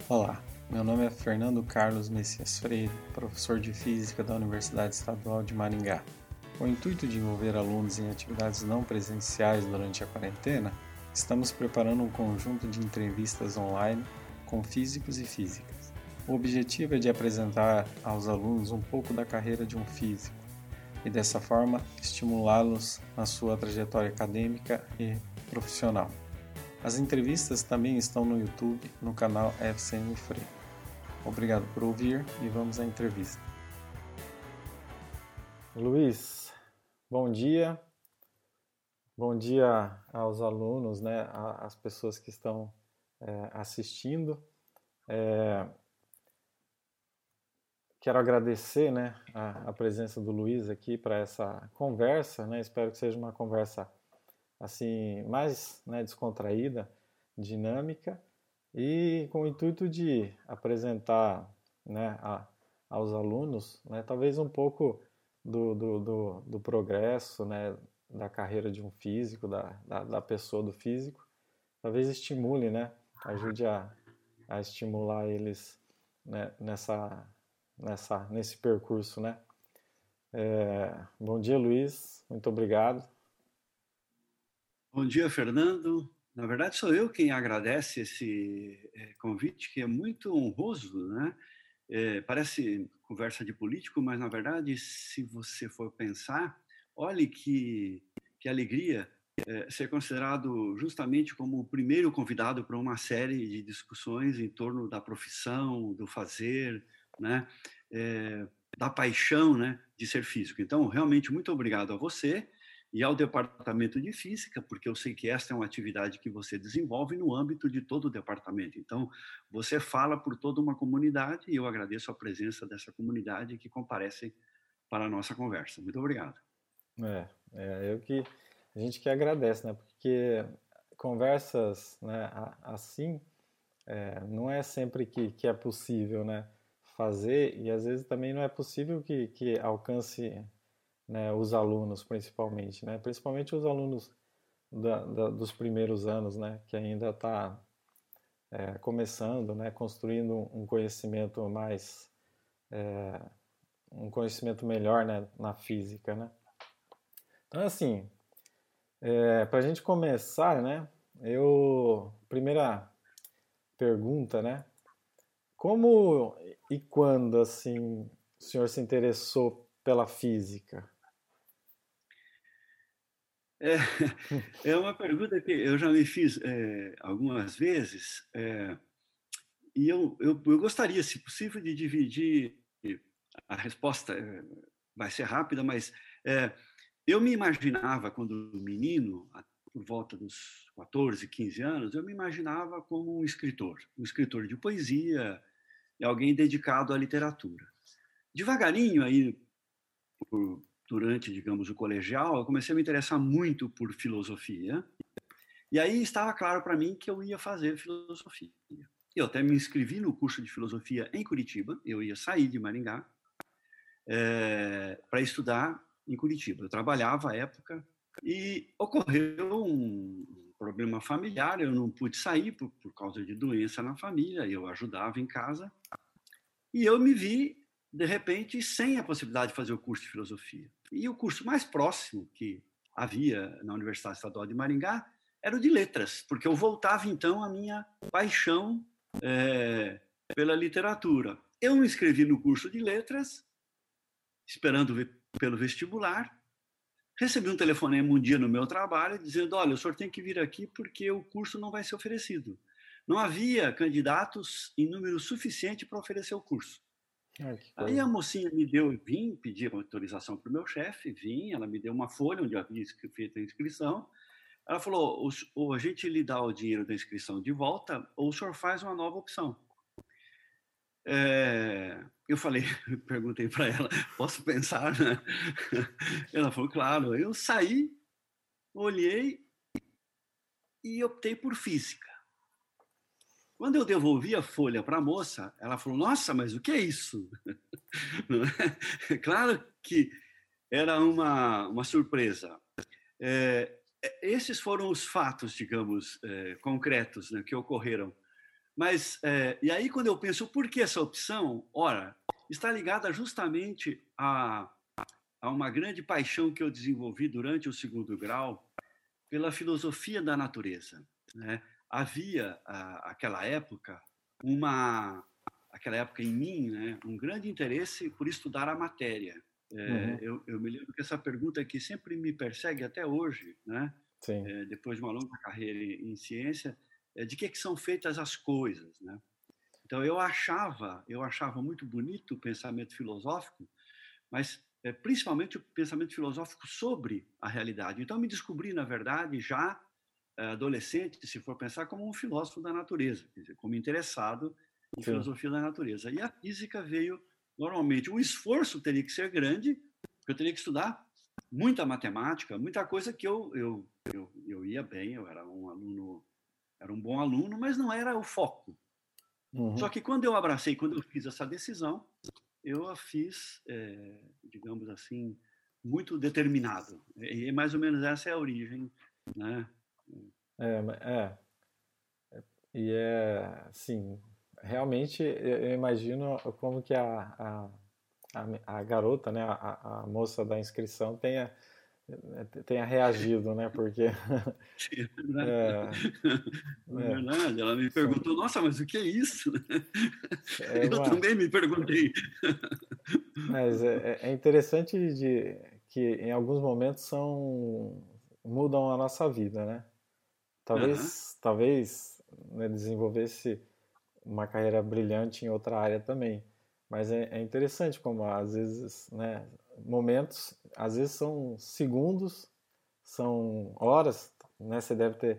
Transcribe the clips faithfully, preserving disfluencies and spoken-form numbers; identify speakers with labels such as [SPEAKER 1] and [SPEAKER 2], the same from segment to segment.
[SPEAKER 1] Olá, meu nome é Fernando Carlos Messias Freire, professor de Física da Universidade Estadual de Maringá. Com o intuito de envolver alunos em atividades não presenciais durante a quarentena, estamos preparando um conjunto de entrevistas online com físicos e físicas. O objetivo é de apresentar aos alunos um pouco da carreira de um físico e, dessa forma, estimulá-los na sua trajetória acadêmica e profissional. As entrevistas também estão no YouTube, no canal F C M Freire. Obrigado por ouvir e vamos à entrevista. Luiz, bom dia. Bom dia aos alunos, né, às pessoas que estão é, assistindo. É, quero agradecer, né, a, a presença do Luiz aqui para essa conversa, né, espero que seja uma conversa assim, mais, né, descontraída, dinâmica e com o intuito de apresentar, né, a, aos alunos, né, talvez um pouco do, do, do, do progresso, né, da carreira de um físico, da, da, da pessoa do físico, talvez estimule, né, ajude a, a estimular eles, né, nessa, nessa, nesse percurso, né. É, bom dia, Luiz, muito obrigado.
[SPEAKER 2] Bom dia, Fernando. Na verdade, sou eu quem agradece esse convite, que é muito honroso, né? É, parece conversa de político, mas, na verdade, se você for pensar, olhe que, que alegria é, ser considerado justamente como o primeiro convidado para uma série de discussões em torno da profissão, do fazer, né? É, da paixão, né, de ser físico. Então, realmente, muito obrigado a você e ao Departamento de Física, porque eu sei que esta é uma atividade que você desenvolve no âmbito de todo o departamento. Então, você fala por toda uma comunidade e eu agradeço a presença dessa comunidade que comparece para a nossa conversa. Muito obrigado.
[SPEAKER 1] É, é eu que a gente que agradece, né? Porque conversas, né, assim, é, não é sempre que, que é possível, né, fazer e às vezes também não é possível que, que alcance, né, os alunos, principalmente, né? Principalmente os alunos da, da, dos primeiros anos, né, que ainda está é, começando, né, construindo um conhecimento mais, é, um conhecimento melhor, né, na física, né? Então, assim, é, para a gente começar, né? Eu primeira pergunta, né? Como e quando assim o senhor se interessou pela física?
[SPEAKER 2] É, é uma pergunta que eu já me fiz é, algumas vezes é, e eu, eu, eu gostaria, se possível, de dividir a resposta. É, vai ser rápida, mas é, eu me imaginava, quando menino, por volta dos quatorze, quinze anos, eu me imaginava como um escritor, um escritor de poesia, e alguém dedicado à literatura. Devagarinho, aí, por, durante, digamos, o colegial, eu comecei a me interessar muito por filosofia, e aí estava claro para mim que eu ia fazer filosofia. Eu até me inscrevi no curso de filosofia em Curitiba, eu ia sair de Maringá, é, para estudar em Curitiba. Eu trabalhava à época e ocorreu um problema familiar, eu não pude sair por, por causa de doença na família, eu ajudava em casa, e eu me vi, de repente, sem a possibilidade de fazer o curso de filosofia. E o curso mais próximo que havia na Universidade Estadual de Maringá era o de letras, porque eu voltava, então, à minha paixão é, pela literatura. Eu me inscrevi no curso de letras, esperando pelo vestibular, recebi um telefonema um dia no meu trabalho dizendo: olha, o senhor tem que vir aqui porque o curso não vai ser oferecido. Não havia candidatos em número suficiente para oferecer o curso.
[SPEAKER 1] Ah, que
[SPEAKER 2] Aí
[SPEAKER 1] coisa.
[SPEAKER 2] a mocinha me deu, vim pedir autorização para o meu chefe, vim, ela me deu uma folha onde eu havia feito a inscrição. Ela falou: ou a gente lhe dá o dinheiro da inscrição de volta, ou o senhor faz uma nova opção. É, eu falei, perguntei para ela, posso pensar, né? Ela falou, claro. Eu saí, olhei e optei por física. Quando eu devolvi a folha para a moça, ela falou, nossa, mas o que é isso? Claro que era uma, uma surpresa. É, esses foram os fatos, digamos, é, concretos, né, que ocorreram Mas, é, e aí quando eu penso, por que essa opção? Ora, está ligada justamente a, a uma grande paixão que eu desenvolvi durante o segundo grau pela filosofia da natureza, né? Havia, a, aquela época, uma, aquela época em mim, né, um grande interesse por estudar a matéria. É,
[SPEAKER 1] Uhum.
[SPEAKER 2] eu, eu me lembro que essa pergunta aqui sempre me persegue até hoje, né?
[SPEAKER 1] Sim.
[SPEAKER 2] É, depois de uma longa carreira em ciência, é, de que, que são feitas as coisas, né? Então eu achava, eu achava muito bonito o pensamento filosófico, mas é, principalmente o pensamento filosófico sobre a realidade. Então me descobri, na verdade, já é, adolescente, se for pensar, como um filósofo da natureza, quer dizer, como interessado em
[SPEAKER 1] Sim.
[SPEAKER 2] filosofia da natureza. E a física veio, normalmente, o esforço teria que ser grande, porque eu teria que estudar muita matemática, muita coisa que eu, eu, eu, eu ia bem, eu era um aluno, era um bom aluno, mas não era o foco. Só
[SPEAKER 1] Uhum.
[SPEAKER 2] que quando eu abracei, quando eu fiz essa decisão, eu a fiz, é, digamos assim, muito determinado. E mais ou menos essa é a origem, né?
[SPEAKER 1] É, ma- é, e é, sim, realmente eu eu imagino como que a, a, a, a garota, né, a, a moça da inscrição tenha, tenha reagido, né, porque
[SPEAKER 2] É verdade.
[SPEAKER 1] é,
[SPEAKER 2] É
[SPEAKER 1] é,
[SPEAKER 2] verdade. Ela me
[SPEAKER 1] são,
[SPEAKER 2] perguntou, nossa, mas o que é isso?
[SPEAKER 1] é
[SPEAKER 2] Eu
[SPEAKER 1] uma,
[SPEAKER 2] também me perguntei.
[SPEAKER 1] mas é, é é interessante de que em alguns momentos são mudam a nossa vida, né?
[SPEAKER 2] Aham.
[SPEAKER 1] Talvez, talvez, né, desenvolvesse uma carreira brilhante em outra área também. Mas é, é interessante como às vezes, né, momentos, às vezes são segundos, são horas, né? Você deve ter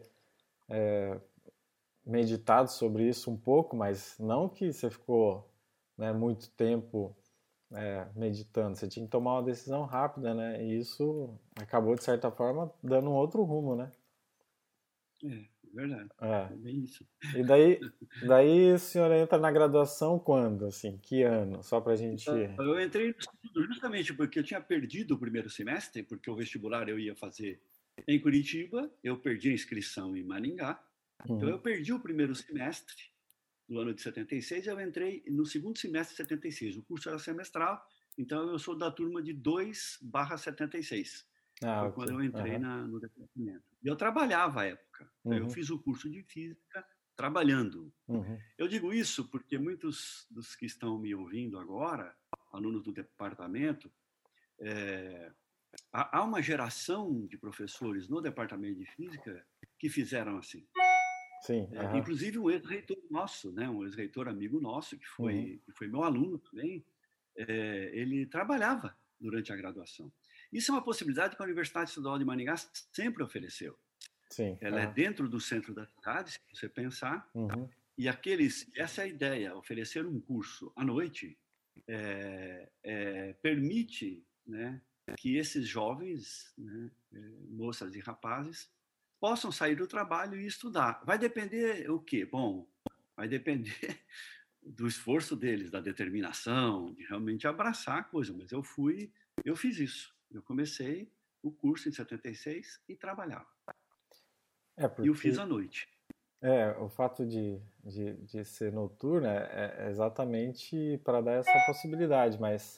[SPEAKER 1] meditado sobre isso um pouco, mas não que você ficou, né, muito tempo é, meditando. Você tinha que tomar uma decisão rápida, né? E isso acabou de certa forma dando um outro rumo, né?
[SPEAKER 2] É, é verdade.
[SPEAKER 1] É.
[SPEAKER 2] É bem isso.
[SPEAKER 1] E daí, daí o senhor entra na graduação quando, assim? Que ano? Só pra gente.
[SPEAKER 2] Então, eu entrei no estudo justamente porque eu tinha perdido o primeiro semestre, porque o vestibular eu ia fazer em Curitiba, eu perdi a inscrição em Maringá, então
[SPEAKER 1] Uhum.
[SPEAKER 2] eu perdi o primeiro semestre do ano de setenta e seis, eu entrei no segundo semestre de setenta e seis. O curso era semestral, então eu sou da turma de dois barra setenta e seis.
[SPEAKER 1] Ah,
[SPEAKER 2] Foi
[SPEAKER 1] ok.
[SPEAKER 2] quando eu entrei
[SPEAKER 1] Aham.
[SPEAKER 2] na, no departamento. E eu trabalhava à época. Então, eu
[SPEAKER 1] Uhum.
[SPEAKER 2] fiz o curso de física trabalhando.
[SPEAKER 1] Uhum.
[SPEAKER 2] Eu digo isso porque muitos dos que estão me ouvindo agora, alunos do departamento, é, há uma geração de professores no departamento de física que fizeram assim.
[SPEAKER 1] Sim,
[SPEAKER 2] É,
[SPEAKER 1] aham.
[SPEAKER 2] inclusive um ex-reitor nosso, né, um ex-reitor amigo nosso, que
[SPEAKER 1] Uhum.
[SPEAKER 2] foi, que foi meu aluno também, é, ele trabalhava durante a graduação. Isso é uma possibilidade que a Universidade Estadual de Maringá sempre ofereceu.
[SPEAKER 1] Sim,
[SPEAKER 2] Ela é
[SPEAKER 1] aham.
[SPEAKER 2] dentro do centro da cidade, se você pensar,
[SPEAKER 1] Uhum.
[SPEAKER 2] e aqueles, essa é a ideia, oferecer um curso à noite é, é, permite, né, que esses jovens, né, moças e rapazes, possam sair do trabalho e estudar. Vai depender o quê? Bom, vai depender do esforço deles, da determinação, de realmente abraçar a coisa. Mas eu fui, eu fiz isso. Eu comecei o curso em setenta e seis e trabalhava.
[SPEAKER 1] É
[SPEAKER 2] E eu fiz
[SPEAKER 1] porque
[SPEAKER 2] à noite.
[SPEAKER 1] é, o fato de, de, de ser noturno é, é exatamente para dar essa possibilidade, mas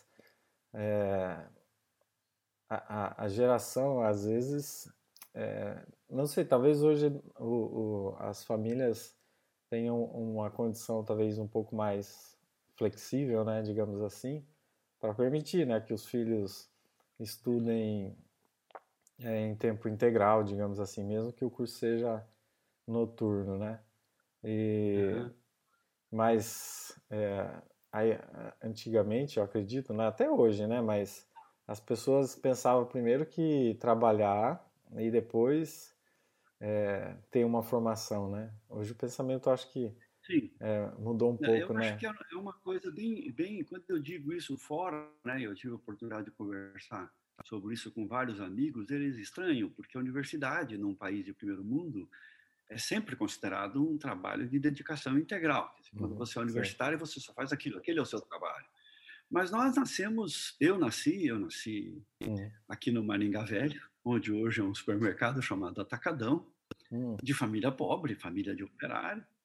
[SPEAKER 1] a, a, a geração, às vezes, é, não sei, talvez hoje o, o, as famílias tenham uma condição talvez um pouco mais flexível, né, digamos assim, para permitir, né, que os filhos estudem é, em tempo integral, digamos assim, mesmo que o curso seja noturno, né? E,
[SPEAKER 2] Uhum.
[SPEAKER 1] mas é, aí, antigamente, eu acredito, né, até hoje, né, mas as pessoas pensavam primeiro que trabalhar e depois é, ter uma formação, né? Hoje o pensamento eu acho que
[SPEAKER 2] Sim.
[SPEAKER 1] é, mudou um
[SPEAKER 2] Eu
[SPEAKER 1] pouco,
[SPEAKER 2] acho
[SPEAKER 1] né?
[SPEAKER 2] que é é uma coisa bem, bem. Quando eu digo isso fora, né, eu tive a oportunidade de conversar sobre isso com vários amigos, eles estranham, porque a universidade, num país de primeiro mundo, é sempre considerado um trabalho de dedicação integral. Quer dizer, quando
[SPEAKER 1] Uhum,
[SPEAKER 2] você é
[SPEAKER 1] sim.
[SPEAKER 2] universitário, você só faz aquilo, aquele é o seu trabalho. Mas nós nascemos, eu nasci, eu nasci
[SPEAKER 1] Uhum,
[SPEAKER 2] aqui no Maringá Velho, onde hoje é um supermercado chamado Atacadão,
[SPEAKER 1] uhum,
[SPEAKER 2] de família pobre, família de operário.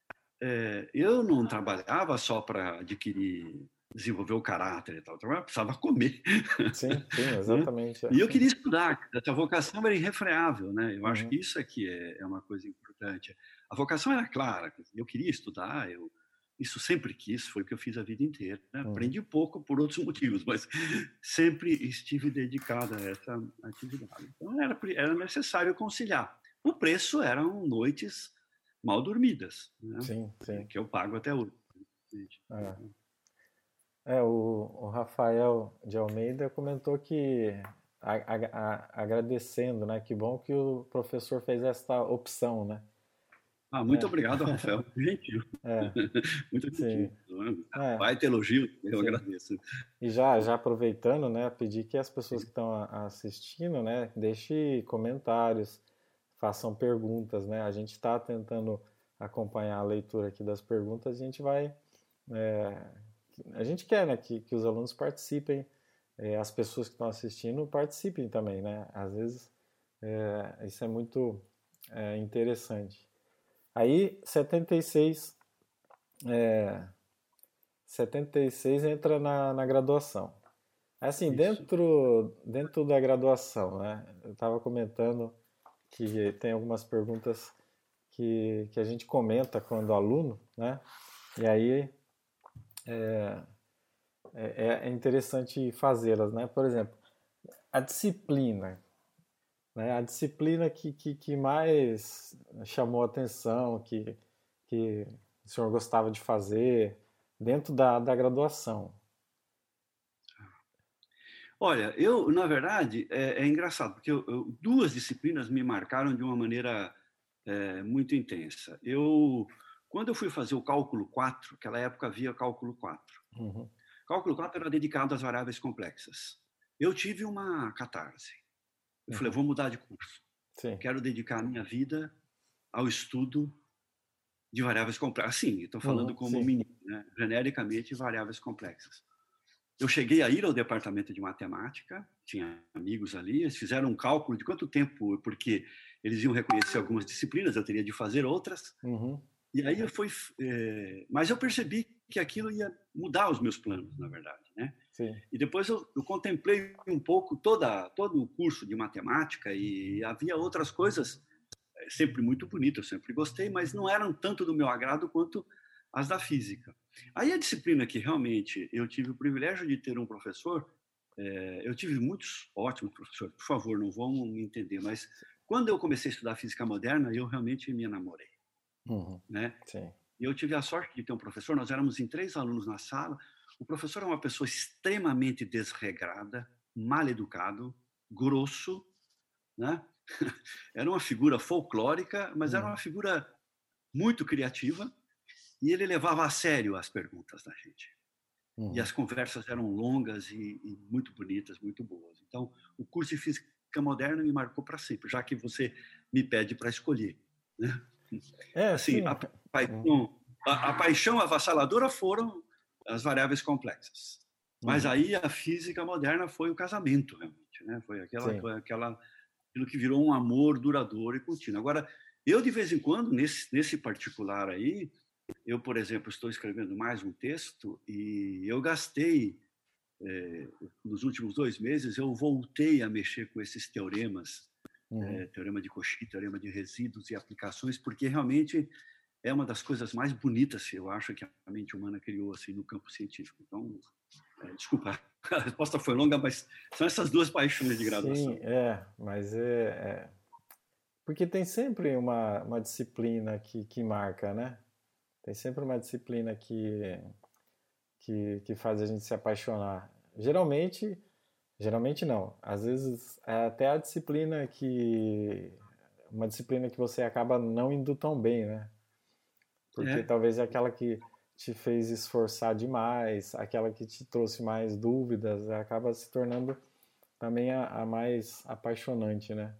[SPEAKER 2] é, eu não trabalhava só para adquirir, desenvolver o caráter e tal, eu precisava comer.
[SPEAKER 1] Sim, sim,
[SPEAKER 2] Né?
[SPEAKER 1] exatamente.
[SPEAKER 2] E eu queria estudar, essa vocação era irrefreável, né? Eu acho
[SPEAKER 1] Uhum,
[SPEAKER 2] que isso aqui é, é uma coisa importante. A vocação era clara, eu queria estudar, eu isso sempre quis, foi o que eu fiz a vida inteira. Né?
[SPEAKER 1] uhum.
[SPEAKER 2] Aprendi pouco por outros motivos, mas sempre estive dedicado a essa atividade. Então era, era necessário conciliar. O preço eram noites mal dormidas, né?
[SPEAKER 1] Sim, sim.
[SPEAKER 2] Que eu pago até hoje.
[SPEAKER 1] É. É, o, o Rafael de Almeida comentou que, a- a- a- agradecendo, né? Que bom que o professor fez esta opção, né?
[SPEAKER 2] Ah, muito
[SPEAKER 1] É,
[SPEAKER 2] obrigado, Rafael. Gentil.
[SPEAKER 1] é,
[SPEAKER 2] Muito
[SPEAKER 1] sim,
[SPEAKER 2] gentil.
[SPEAKER 1] é,
[SPEAKER 2] Vai ter elogio, eu
[SPEAKER 1] sim.
[SPEAKER 2] agradeço.
[SPEAKER 1] E já, já aproveitando, né, pedir que as pessoas que estão a- assistindo, né, deixem comentários, façam perguntas, né? A gente está tentando acompanhar a leitura aqui das perguntas, a gente vai, é, a gente quer, né, que, que os alunos participem, é, as pessoas que estão assistindo participem também, né? Às vezes é, isso é muito é, interessante. Aí setenta e seis, setenta e seis entra na, na graduação. Assim,
[SPEAKER 2] Isso.
[SPEAKER 1] dentro, dentro da graduação, né? Eu estava comentando que tem algumas perguntas que, que a gente comenta quando aluno, né? E aí é, é interessante fazê-las, né? Por exemplo, a disciplina, né? A disciplina que, que, que mais chamou a atenção, que, que o senhor gostava de fazer dentro da, da graduação.
[SPEAKER 2] Olha, eu, na verdade, é, é engraçado, porque eu, eu, duas disciplinas me marcaram de uma maneira é, muito intensa. Eu, quando eu fui fazer o cálculo quatro, naquela época havia cálculo quatro.
[SPEAKER 1] Uhum,
[SPEAKER 2] Cálculo quatro era dedicado às variáveis complexas. Eu tive uma catarse. Eu falei,
[SPEAKER 1] uhum,
[SPEAKER 2] vou mudar de curso.
[SPEAKER 1] sim,
[SPEAKER 2] Quero dedicar a minha vida ao estudo de variáveis complexas. Sim, estou falando
[SPEAKER 1] uhum,
[SPEAKER 2] como
[SPEAKER 1] sim,
[SPEAKER 2] menino, né? Genericamente, variáveis complexas. Eu cheguei a ir ao departamento de matemática, tinha amigos ali, eles fizeram um cálculo de quanto tempo, porque eles iam reconhecer algumas disciplinas, eu teria de fazer outras,
[SPEAKER 1] uhum,
[SPEAKER 2] e aí eu fui, é, mas eu percebi que aquilo ia mudar os meus planos, na verdade, né?
[SPEAKER 1] sim,
[SPEAKER 2] E depois eu, eu contemplei um pouco toda, todo o curso de matemática e havia outras coisas sempre muito bonitas, eu sempre gostei, mas não eram tanto do meu agrado quanto as da física. Aí a disciplina que realmente eu tive o privilégio de ter um professor, é, eu tive muitos ótimos professores, por favor, não vão me entender, mas quando eu comecei a estudar física moderna, eu realmente me enamorei,
[SPEAKER 1] uhum,
[SPEAKER 2] né?
[SPEAKER 1] sim,
[SPEAKER 2] E eu tive a sorte de ter um professor, nós éramos em três alunos na sala, o professor é uma pessoa extremamente desregrada, mal educado, grosso, né? Era uma figura folclórica, mas era uma
[SPEAKER 1] uhum,
[SPEAKER 2] figura muito criativa e ele levava a sério as perguntas da gente. E
[SPEAKER 1] uhum.
[SPEAKER 2] as conversas eram longas e, e muito bonitas, muito boas. Então, o curso de Física Moderna me marcou para sempre, já que você me pede para escolher. Né?
[SPEAKER 1] É,
[SPEAKER 2] Assim,
[SPEAKER 1] sim.
[SPEAKER 2] a paixão, a, a paixão avassaladora foram as variáveis complexas. Mas
[SPEAKER 1] Uhum,
[SPEAKER 2] aí a física moderna foi o casamento, realmente. Né? Foi aquela,
[SPEAKER 1] sim.
[SPEAKER 2] aquela, aquilo que virou um amor duradouro e contínuo. Agora, eu, de vez em quando, nesse, nesse particular aí, eu, por exemplo, estou escrevendo mais um texto e eu gastei, é, nos últimos dois meses, eu voltei a mexer com esses teoremas,
[SPEAKER 1] Uhum.
[SPEAKER 2] é, teorema de Cauchy, teorema de resíduos e aplicações, porque realmente é uma das coisas mais bonitas, eu acho, que a mente humana criou assim no campo científico. Então, é, desculpa, a resposta foi longa, mas são essas duas paixões de
[SPEAKER 1] Sim,
[SPEAKER 2] graduação.
[SPEAKER 1] é, mas é, é- porque tem sempre uma, uma disciplina que, que marca, né? Tem sempre uma disciplina que, que, que faz a gente se apaixonar. Geralmente, geralmente não. Às vezes é até a disciplina que, uma disciplina que você acaba não indo tão bem, né? Porque
[SPEAKER 2] É,
[SPEAKER 1] talvez é aquela que te fez esforçar demais, aquela que te trouxe mais dúvidas, acaba se tornando também a, a mais apaixonante, né?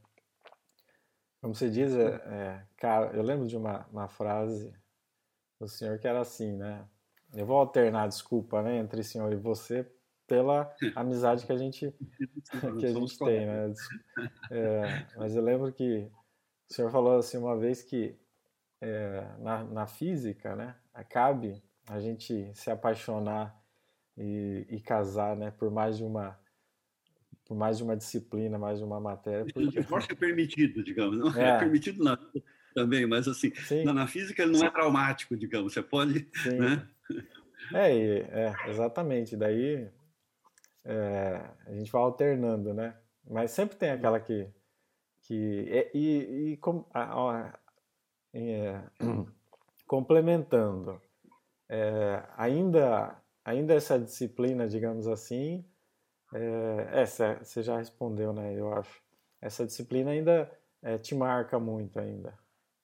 [SPEAKER 1] Como você diz, é, é, cara, eu lembro de uma, uma frase do senhor que era assim, né? Eu vou alternar, desculpa, né, entre o senhor e você pela amizade que a gente que a
[SPEAKER 2] somos
[SPEAKER 1] gente tem,
[SPEAKER 2] colegas.
[SPEAKER 1] né? É, mas eu lembro que o senhor falou assim uma vez que é, na, na física, né, cabe a gente se apaixonar e, e casar, né, por mais de uma por mais de uma disciplina, mais de uma matéria,
[SPEAKER 2] O
[SPEAKER 1] porque
[SPEAKER 2] divórcio é permitido, digamos. Não é
[SPEAKER 1] é,
[SPEAKER 2] permitido na, também, mas assim, na,
[SPEAKER 1] sim,
[SPEAKER 2] na física ele não é traumático, digamos. Você pode,
[SPEAKER 1] sim,
[SPEAKER 2] né?
[SPEAKER 1] é, e- é, exatamente. Daí é, a gente vai alternando, né? Mas sempre tem aquela que que é, e, e com- a- ó, é, complementando, é, ainda ainda essa disciplina, digamos assim, é, essa você já respondeu, né? Eu acho. Essa disciplina ainda é, te marca muito ainda.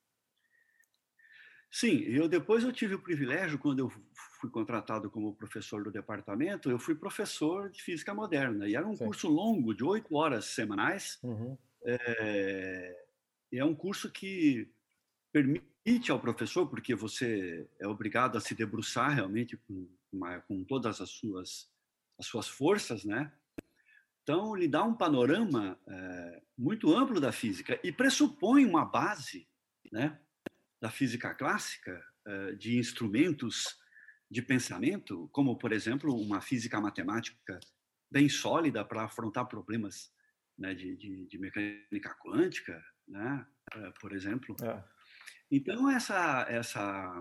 [SPEAKER 2] Sim, eu depois eu tive o privilégio, quando eu fui contratado como professor do departamento, eu fui professor de física moderna. E era um
[SPEAKER 1] Sim.
[SPEAKER 2] curso longo, de oito horas semanais.
[SPEAKER 1] Uhum.
[SPEAKER 2] É, e é um curso que permite ao professor, porque você é obrigado a se debruçar realmente com, uma, com todas as suas, as suas forças, né? Então, lhe dá um panorama é, muito amplo da física e pressupõe uma base, né, da física clássica, é, de instrumentos de pensamento, como, por exemplo, uma física matemática bem sólida para afrontar problemas, né, de, de, de mecânica quântica, né, é, por exemplo.
[SPEAKER 1] É.
[SPEAKER 2] Então, essa, essa,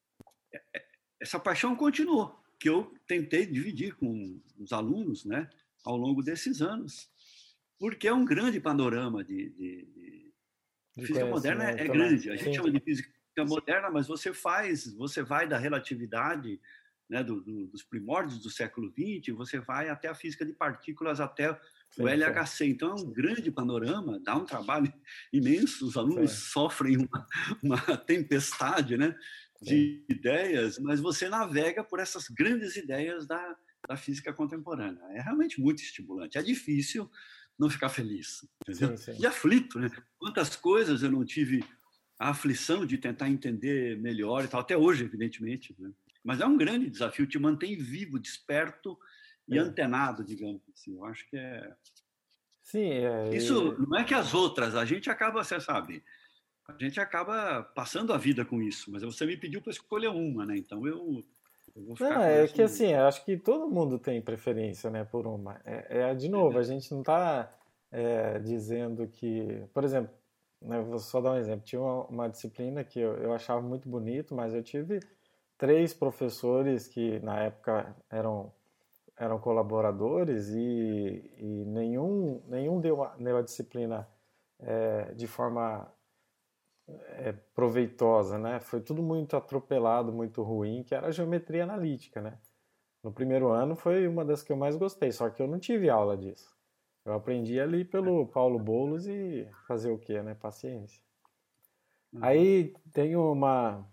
[SPEAKER 2] essa paixão continuou, que eu tentei dividir com os alunos, né, ao longo desses anos, porque é um grande panorama de, de, de...
[SPEAKER 1] De
[SPEAKER 2] Física moderna é, é
[SPEAKER 1] conhecimento, né?
[SPEAKER 2] grande. A gente
[SPEAKER 1] Sim,
[SPEAKER 2] chama de física moderna, mas você faz, você vai da relatividade, né, do, do, dos primórdios do século vinte, você vai até a física de partículas, até o
[SPEAKER 1] sim, sim,
[SPEAKER 2] L H C. Então é um grande panorama, dá um trabalho imenso. Os alunos
[SPEAKER 1] sim,
[SPEAKER 2] sofrem uma, uma tempestade, né,
[SPEAKER 1] sim,
[SPEAKER 2] de ideias, mas você navega por essas grandes ideias da, da física contemporânea. É realmente muito estimulante. É difícil não ficar feliz, entendeu?
[SPEAKER 1] sim, sim.
[SPEAKER 2] E aflito, né? Quantas coisas eu não tive a aflição de tentar entender melhor e tal, até hoje, evidentemente, né? Mas é um grande desafio, te mantém vivo, desperto e
[SPEAKER 1] É.
[SPEAKER 2] antenado, digamos assim. Eu acho que é...
[SPEAKER 1] Sim, é,
[SPEAKER 2] Isso
[SPEAKER 1] e-
[SPEAKER 2] não é que as outras, a gente acaba, você sabe, a gente acaba passando a vida com isso, mas você me pediu para escolher uma, né? Então eu, eu vou ficar
[SPEAKER 1] não,
[SPEAKER 2] com
[SPEAKER 1] é
[SPEAKER 2] essa
[SPEAKER 1] que
[SPEAKER 2] mesmo.
[SPEAKER 1] assim, eu acho que todo mundo tem preferência, né, por uma. É, é, de novo, a gente não está dizendo que, por exemplo, né, vou só dar um exemplo. Tinha uma, uma disciplina que eu, eu achava muito bonito, mas eu tive três professores que na época eram eram colaboradores e, e nenhum nenhum deu, uma, deu a disciplina é, de forma é, proveitosa, né? Foi tudo muito atropelado, muito ruim, que era a geometria analítica, né? No primeiro ano foi uma das que eu mais gostei, só que eu não tive aula disso. Eu aprendi ali pelo Paulo Boulos e fazer o quê, né? Paciência.
[SPEAKER 2] Uhum.
[SPEAKER 1] Aí tem uma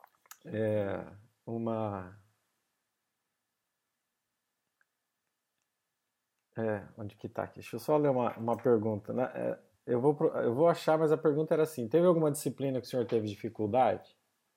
[SPEAKER 1] é, uma é, onde que tá aqui? Deixa eu só ler uma, uma pergunta, né? É, eu vou pro- eu vou achar, mas a pergunta era assim: teve alguma disciplina que o senhor teve dificuldade?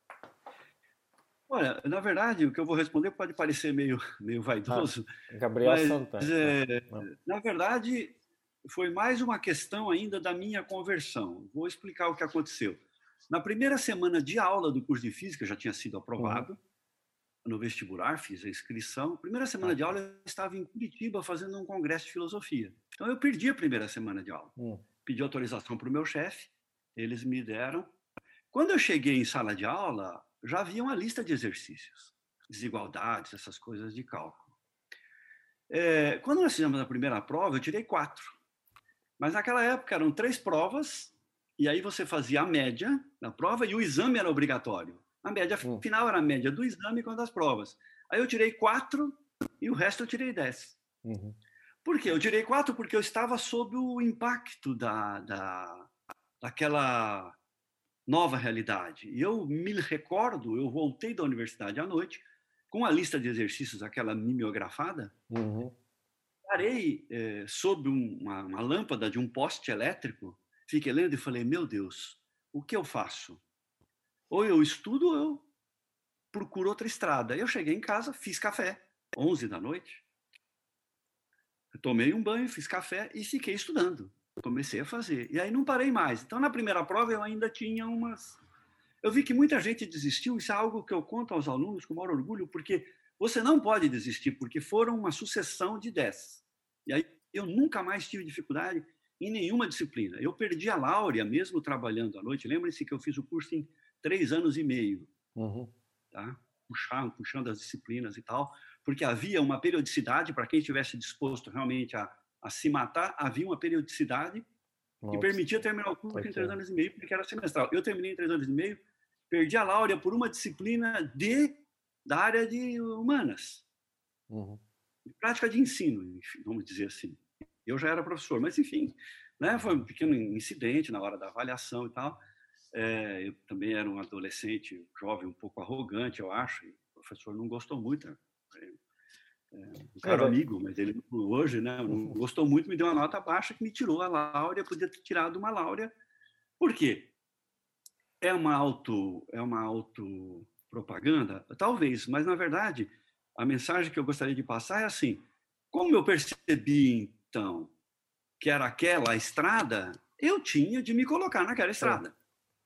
[SPEAKER 2] Olha, na verdade, o que eu vou responder pode parecer meio, meio
[SPEAKER 1] Ah,
[SPEAKER 2] vaidoso,
[SPEAKER 1] Gabriel
[SPEAKER 2] mas,
[SPEAKER 1] Santana. Não,
[SPEAKER 2] é,
[SPEAKER 1] não.
[SPEAKER 2] na verdade, foi mais uma questão ainda da minha conversão. Vou explicar o que aconteceu. Na primeira semana de aula do curso de Física, eu já tinha sido
[SPEAKER 1] Uhum.
[SPEAKER 2] aprovado no vestibular, fiz a inscrição. Primeira semana de
[SPEAKER 1] Aqui.
[SPEAKER 2] aula, eu estava em Curitiba fazendo um congresso de filosofia. Então, eu perdi a primeira semana de aula.
[SPEAKER 1] Hum.
[SPEAKER 2] Pedi autorização para o meu chefe, eles me deram. Quando eu cheguei em sala de aula, já havia uma lista de exercícios, desigualdades, essas coisas de cálculo. É, quando nós fizemos a primeira prova, eu tirei quatro. Mas naquela época eram três provas, e aí você fazia a média da prova e o exame era obrigatório. A média
[SPEAKER 1] Hum.
[SPEAKER 2] final era a média do exame com das provas. Aí eu tirei quatro e o resto eu tirei dez.
[SPEAKER 1] Uhum.
[SPEAKER 2] Por quê? Eu tirei quatro porque eu estava sob o impacto da, da, daquela nova realidade. E eu me recordo, eu voltei da universidade à noite, com a lista de exercícios, aquela mimeografada,
[SPEAKER 1] Uhum.
[SPEAKER 2] parei eh, sob um, uma, uma lâmpada de um poste elétrico, fiquei lendo e falei, meu Deus, o que eu faço? Ou eu estudo ou eu procuro outra estrada. Eu cheguei em casa, fiz café, onze da noite, tomei um banho, fiz café e fiquei estudando. Comecei a fazer. E aí não parei mais. Então, na primeira prova, eu ainda tinha umas eu vi que muita gente desistiu. Isso é algo que eu conto aos alunos com o maior orgulho, porque você não pode desistir, porque foram uma sucessão de dez. E aí eu nunca mais tive dificuldade em nenhuma disciplina. Eu perdi a Láurea, mesmo trabalhando à noite. Lembre-se que eu fiz o curso em três anos e meio,
[SPEAKER 1] Uhum.
[SPEAKER 2] tá? Puxando, puxando as disciplinas e tal, porque havia uma periodicidade para quem estivesse disposto realmente a, a se matar, havia uma periodicidade que permitia terminar o curso okay. em três anos e meio, porque era semestral. Eu terminei em três anos e meio, perdi a Láurea por uma disciplina de, da área de humanas,
[SPEAKER 1] uhum.
[SPEAKER 2] de prática de ensino, enfim, vamos dizer assim. Eu já era professor, mas enfim, né, foi um pequeno incidente na hora da avaliação e tal. É, eu também era um adolescente, jovem, um pouco arrogante, eu acho, e o professor não gostou muito. Né? É, um cara é, amigo, mas ele hoje né, não gostou muito, me deu uma nota baixa que me tirou a Láurea, podia ter tirado uma Láurea. Por quê? É uma auto, é uma auto propaganda? Talvez, mas na verdade a mensagem que eu gostaria de passar é assim: como eu percebi então que era aquela estrada, eu tinha de me colocar naquela estrada. É.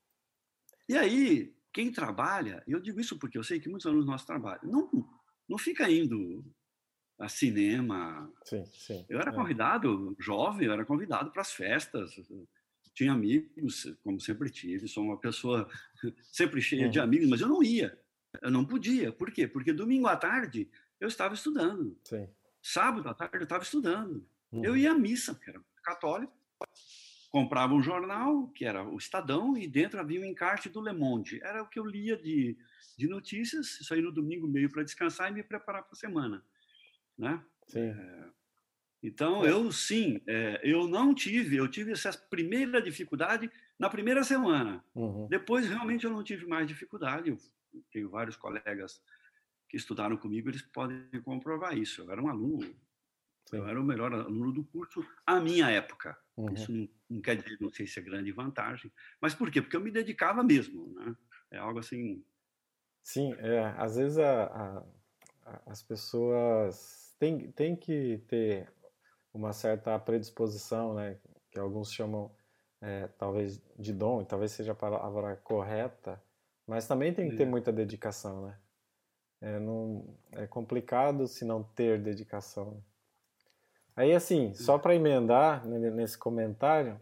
[SPEAKER 2] E aí, quem trabalha, eu digo isso porque eu sei que muitos alunos nossos trabalham, não, não fica indo a cinema.
[SPEAKER 1] Sim, sim.
[SPEAKER 2] Eu era convidado, é. jovem, eu era convidado para as festas, tinha amigos, como sempre tive, sou uma pessoa sempre cheia uhum. de amigos, mas eu não ia, eu não podia. Por quê? Porque domingo à tarde eu estava estudando.
[SPEAKER 1] Sim.
[SPEAKER 2] Sábado à tarde eu estava estudando. Uhum. Eu ia à missa, que era católico, comprava um jornal, que era o Estadão, e dentro havia um encarte do Le Monde. Era o que eu lia de, de notícias, isso aí no domingo meio para descansar e me preparar para a semana. Né?
[SPEAKER 1] Sim.
[SPEAKER 2] É, então, é. eu sim, é, eu não tive, eu tive essa primeira dificuldade na primeira semana.
[SPEAKER 1] Uhum.
[SPEAKER 2] Depois, realmente, eu não tive mais dificuldade. Eu tenho vários colegas que estudaram comigo, eles podem comprovar isso. Eu era um aluno, sim. eu era o melhor aluno do curso à minha época. Uhum. Isso não, não quer dizer, não sei se é grande vantagem. Mas por quê? Porque eu me dedicava mesmo. Né? É algo assim...
[SPEAKER 1] Sim, é, às vezes a, a, a, as pessoas têm, têm que ter uma certa predisposição, né, que alguns chamam é, talvez de dom, e talvez seja a palavra correta, mas também tem que ter muita dedicação, né? É, não, é complicado se não ter dedicação. Né? Aí, assim, só para emendar nesse comentário,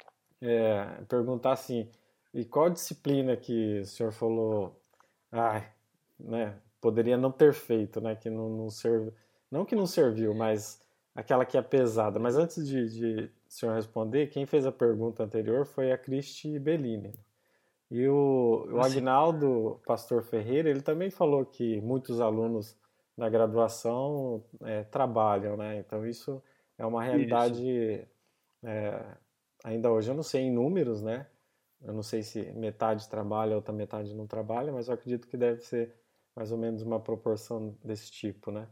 [SPEAKER 1] é, perguntar assim, e qual disciplina que o senhor falou, ah, né, poderia não ter feito, né, que não, não serviu, não que não serviu, mas aquela que é pesada. Mas antes de, de o senhor responder, quem fez a pergunta anterior foi a Cristi Bellini. E o, o Agnaldo Pastor Ferreira, ele também falou que muitos alunos na graduação é, trabalham, né? Então isso é uma realidade é, ainda hoje. Eu não sei em números, né? Eu não sei se metade trabalha, outra metade não trabalha, mas eu acredito que deve ser mais ou menos uma proporção desse tipo, né?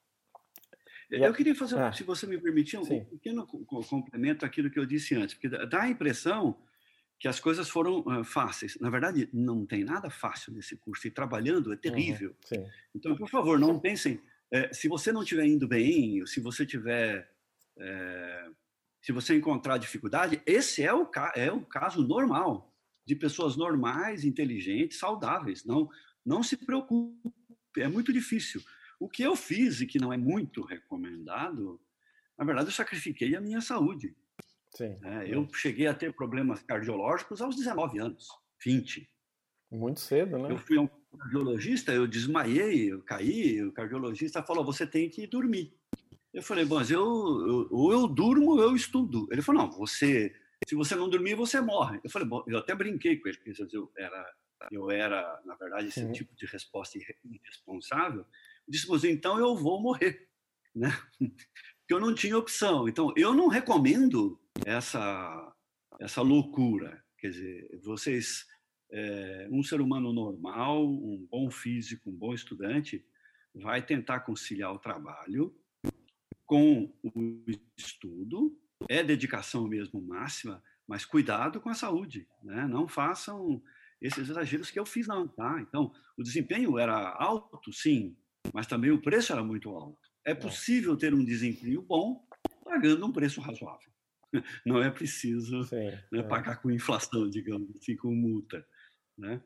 [SPEAKER 2] Eu queria fazer, ah, se você me permitir, um sim. pequeno complemento àquilo que eu disse antes, porque dá a impressão que as coisas foram uh, fáceis. Na verdade, não tem nada fácil nesse curso, e trabalhando é terrível.
[SPEAKER 1] Uhum,
[SPEAKER 2] então, por favor, não pensem, eh, se você não estiver indo bem, ou se você tiver, eh, se você encontrar dificuldade, esse é o, é o caso normal, de pessoas normais, inteligentes, saudáveis. Não, não se preocupe, é muito difícil. O que eu fiz, e que não é muito recomendado, na verdade, eu sacrifiquei a minha saúde.
[SPEAKER 1] Sim,
[SPEAKER 2] é, eu é. cheguei a ter problemas cardiológicos aos dezenove anos, vinte.
[SPEAKER 1] Muito cedo, né?
[SPEAKER 2] Eu fui a um cardiologista, eu desmaiei, eu caí, o cardiologista falou, você tem que dormir. Eu falei, bom, mas eu, eu, ou eu durmo ou eu estudo. Ele falou, não, você, se você não dormir, você morre. Eu falei, bom, eu até brinquei com ele, porque eu era, eu era na verdade, esse uhum. tipo de resposta irresponsável. Eu disse, mas então eu vou morrer, né? Porque eu não tinha opção. Então, eu não recomendo essa, essa loucura. Quer dizer, vocês, é, um ser humano normal, um bom físico, um bom estudante, vai tentar conciliar o trabalho com o estudo, é dedicação mesmo máxima, mas cuidado com a saúde, né? Não façam esses exageros que eu fiz, não, tá? Então, o desempenho era alto, sim, mas também o preço era muito alto. É possível ter um desempenho bom pagando um preço razoável. Não é preciso
[SPEAKER 1] sim,
[SPEAKER 2] né,
[SPEAKER 1] é.
[SPEAKER 2] pagar com inflação, digamos assim, com multa. Né?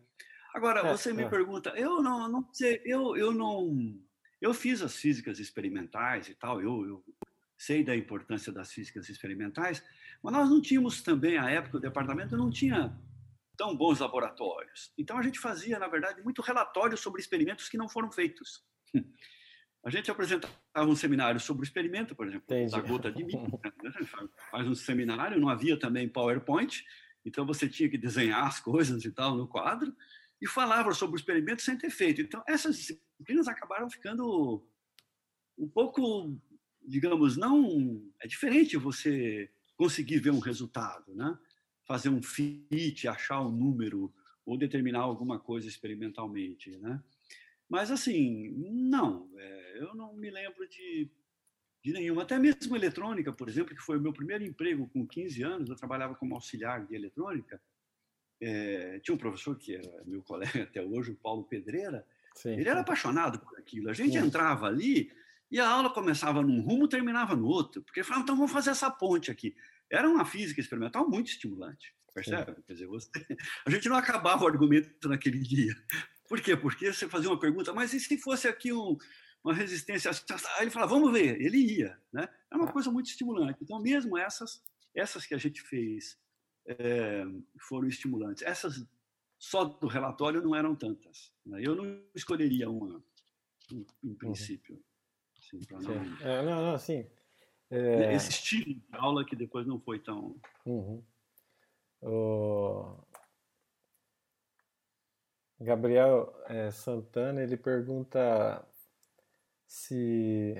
[SPEAKER 2] Agora,
[SPEAKER 1] É,
[SPEAKER 2] você me
[SPEAKER 1] é.
[SPEAKER 2] pergunta, eu não, não sei, eu, eu não. Eu fiz as físicas experimentais e tal, eu, eu sei da importância das físicas experimentais, mas nós não tínhamos também, à época, o departamento não tinha tão bons laboratórios. Então a gente fazia, na verdade, muito relatório sobre experimentos que não foram feitos. A gente apresentava um seminário sobre o experimento, por exemplo, da
[SPEAKER 1] Entendi.
[SPEAKER 2] gota de milho. Faz um seminário, não havia também PowerPoint, então você tinha que desenhar as coisas e tal no quadro, e falava sobre o experimento sem ter feito. Então essas disciplinas acabaram ficando um pouco, digamos, não... É diferente você conseguir ver um resultado, né? Fazer um fit, achar um número ou determinar alguma coisa experimentalmente, né? Mas, assim, não, é, eu não me lembro de, de nenhuma. Até mesmo eletrônica, por exemplo, que foi o meu primeiro emprego com quinze anos, eu trabalhava como auxiliar de eletrônica. É, tinha um professor que era meu colega até hoje, o Paulo Pedreira,
[SPEAKER 1] Sim.
[SPEAKER 2] ele era apaixonado por aquilo. A gente
[SPEAKER 1] Hum.
[SPEAKER 2] entrava ali e a aula começava num rumo, terminava no outro, porque ele falava, então vamos fazer essa ponte aqui. Era uma física experimental muito estimulante, percebe? Sim. Quer dizer, você... a gente não acabava o argumento naquele dia. Por quê? Porque você fazia uma pergunta, mas e se fosse aqui um, uma resistência? Aí ele falava, vamos ver, ele ia. Né? É uma coisa muito estimulante. Então, mesmo essas, essas que a gente fez é, foram estimulantes. Essas só do relatório não eram tantas. Né? Eu não escolheria uma, em, em princípio. Uhum. Assim, para não...
[SPEAKER 1] É, não, não, sim. É...
[SPEAKER 2] Esse estilo de aula que depois não foi tão...
[SPEAKER 1] Uhum. O Gabriel é, Santana, ele pergunta se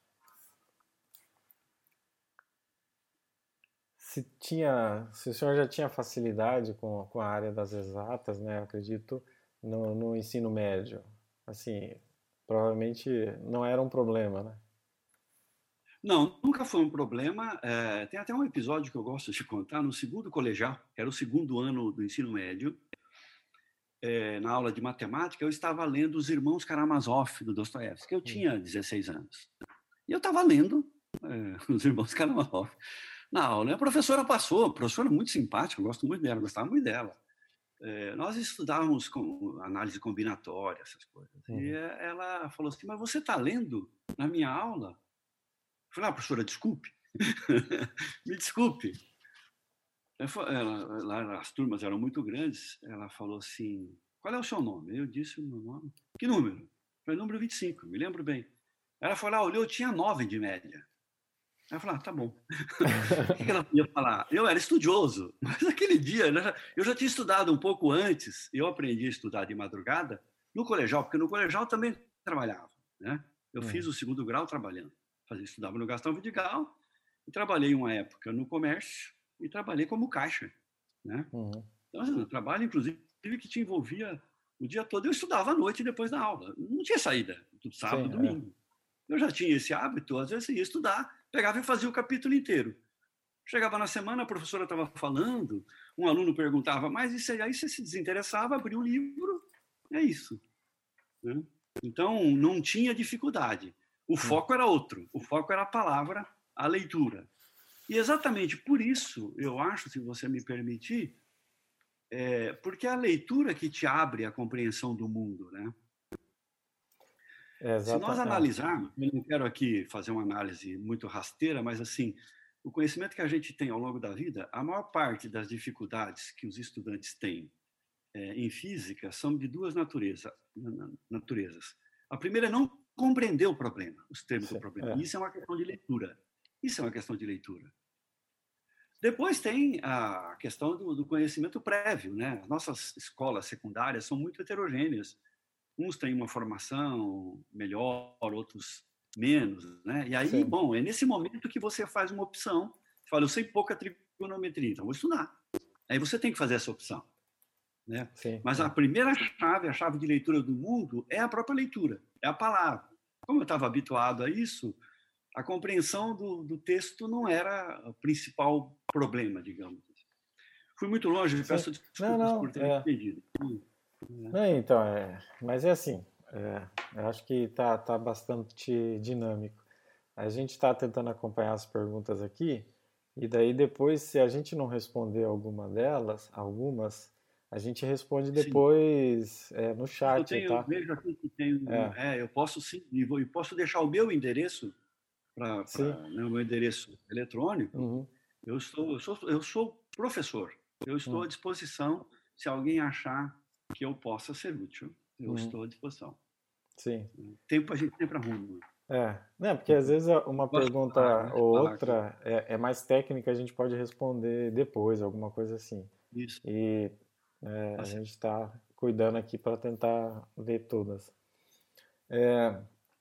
[SPEAKER 1] se tinha, se o senhor já tinha facilidade com, com a área das exatas, né? Eu acredito no, no ensino médio. Assim, provavelmente não era um problema, né?
[SPEAKER 2] Não, nunca foi um problema. É, tem até um episódio que eu gosto de contar, no segundo colegial, que era o segundo ano do ensino médio, é, na aula de matemática, eu estava lendo Os Irmãos Karamazov, do Dostoiévski, que eu tinha dezesseis anos. E eu estava lendo é, Os Irmãos Karamazov na aula. E a professora passou, a professora muito simpática, eu gosto muito dela, gostava muito dela. É, nós estudávamos com análise combinatória, essas coisas. Uhum. E ela falou assim, mas você está lendo na minha aula? Eu falei, ah, professora, desculpe. Me desculpe. Ela, ela, as turmas eram muito grandes. Ela falou assim, qual é o seu nome? Eu disse o meu nome. Que número? Foi o número vinte e cinco, me lembro bem. Ela falou, ah, olhou, eu tinha nove de média. Ela falou, ah, tá bom. O que ela podia falar? Eu era estudioso, mas naquele dia eu já tinha estudado um pouco antes. Eu aprendi a estudar de madrugada no colegial, porque no colegial também trabalhava. Né? Eu hum. fiz o segundo grau trabalhando. Fazia, estudava no Gastão Vidigal e trabalhei uma época no comércio e trabalhei como caixa. Né? Uhum. Então, assim, um trabalho, inclusive, que te envolvia o dia todo. Eu estudava à noite depois da aula. Não tinha saída, tudo sábado, Sim, domingo. É. Eu já tinha esse hábito, às vezes ia estudar, pegava e fazia o capítulo inteiro. Chegava na semana, a professora estava falando, um aluno perguntava, mas isso aí, aí você se desinteressava, abria o livro, é isso. Né? Então, não tinha dificuldade. O foco era outro, o foco era a palavra, a leitura. E exatamente por isso, eu acho, se você me permitir, é porque é a leitura que te abre a compreensão do mundo, né? É, se nós analisarmos, eu não quero aqui fazer uma análise muito rasteira, mas assim, o conhecimento que a gente tem ao longo da vida, a maior parte das dificuldades que os estudantes têm é, em física são de duas natureza, naturezas. A primeira é não compreender o problema, os termos Sim, do problema. É. Isso é uma questão de leitura. Isso é uma questão de leitura. Depois tem a questão do, do conhecimento prévio, né? As nossas escolas secundárias são muito heterogêneas. Uns têm uma formação melhor, outros menos, né? E aí, Sim. bom, é nesse momento que você faz uma opção. Você fala, eu sei pouca trigonometria, então vou estudar. Aí você tem que fazer essa opção, né? Sim, Mas é. a primeira chave, a chave de leitura do mundo é a própria leitura, é a palavra. Como eu estava habituado a isso, a compreensão do, do texto não era o principal problema, digamos. Fui muito longe, Sim. peço desculpas não, não, por ter é... entendido.
[SPEAKER 1] Não, então, é, mas é assim, é, eu acho que tá, tá bastante dinâmico. A gente está tentando acompanhar as perguntas aqui, e daí depois, se a gente não responder alguma delas, algumas, a gente responde
[SPEAKER 2] Sim.
[SPEAKER 1] depois é, no
[SPEAKER 2] Eu
[SPEAKER 1] chat,
[SPEAKER 2] tenho, eu
[SPEAKER 1] tá?
[SPEAKER 2] vejo aqui que tem, um-
[SPEAKER 1] É,
[SPEAKER 2] é, eu posso sim, e vou- e posso deixar o meu endereço para,
[SPEAKER 1] sim.
[SPEAKER 2] né, o meu endereço eletrônico.
[SPEAKER 1] Uhum,
[SPEAKER 2] Eu estou, eu sou, eu sou professor. Eu estou
[SPEAKER 1] uhum,
[SPEAKER 2] à disposição se alguém achar que eu possa ser útil. Eu
[SPEAKER 1] uhum,
[SPEAKER 2] estou à disposição.
[SPEAKER 1] sim.
[SPEAKER 2] Tempo a gente sempre arruma.
[SPEAKER 1] É, né, porque
[SPEAKER 2] Eu
[SPEAKER 1] às vezes uma
[SPEAKER 2] gosto de
[SPEAKER 1] pergunta
[SPEAKER 2] falar, gosto
[SPEAKER 1] ou
[SPEAKER 2] de falar com
[SPEAKER 1] outra é, é mais técnica, a gente pode responder depois, alguma coisa assim.
[SPEAKER 2] isso.
[SPEAKER 1] E é,
[SPEAKER 2] Tá
[SPEAKER 1] a
[SPEAKER 2] certo.
[SPEAKER 1] gente está cuidando aqui para tentar ver todas. É,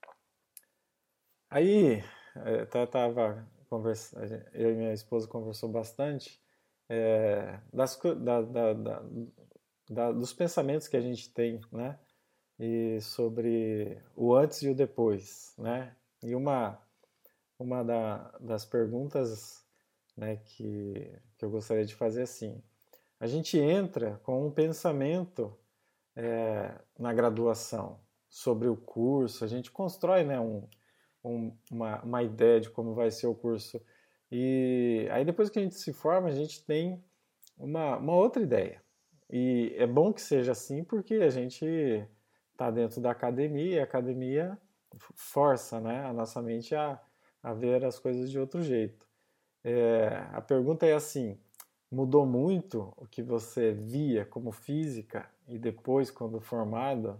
[SPEAKER 1] aí, é, até tava conversando, eu e minha esposa conversou bastante é, das, co- da, da, da, da- dos pensamentos que a gente tem, né? E sobre o antes e o depois, né? E uma, uma da, das perguntas, né, que, que eu gostaria de fazer é assim, a gente entra com um pensamento é, na graduação sobre o curso, a gente constrói, né, um, um, uma, uma ideia de como vai ser o curso. E aí depois que a gente se forma, a gente tem uma, uma outra ideia. E é bom que seja assim porque a gente está dentro da academia e a academia força, né, a nossa mente a, a ver as coisas de outro jeito. É, a pergunta é assim: mudou muito o que você via como física e depois, quando formado?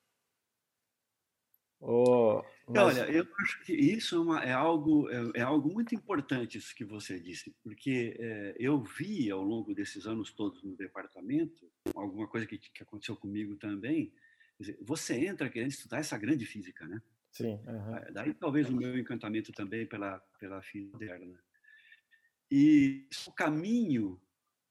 [SPEAKER 1] Ou,
[SPEAKER 2] E
[SPEAKER 1] mas,
[SPEAKER 2] olha, eu acho que isso é, uma- é algo, é, é algo muito importante isso que você disse, porque é, eu vi ao longo desses anos todos no departamento, alguma coisa que, que aconteceu comigo também, quer dizer, você entra querendo estudar essa grande física, né?
[SPEAKER 1] sim, aham,
[SPEAKER 2] Daí talvez o meu encantamento também pela, pela física moderna. E o caminho,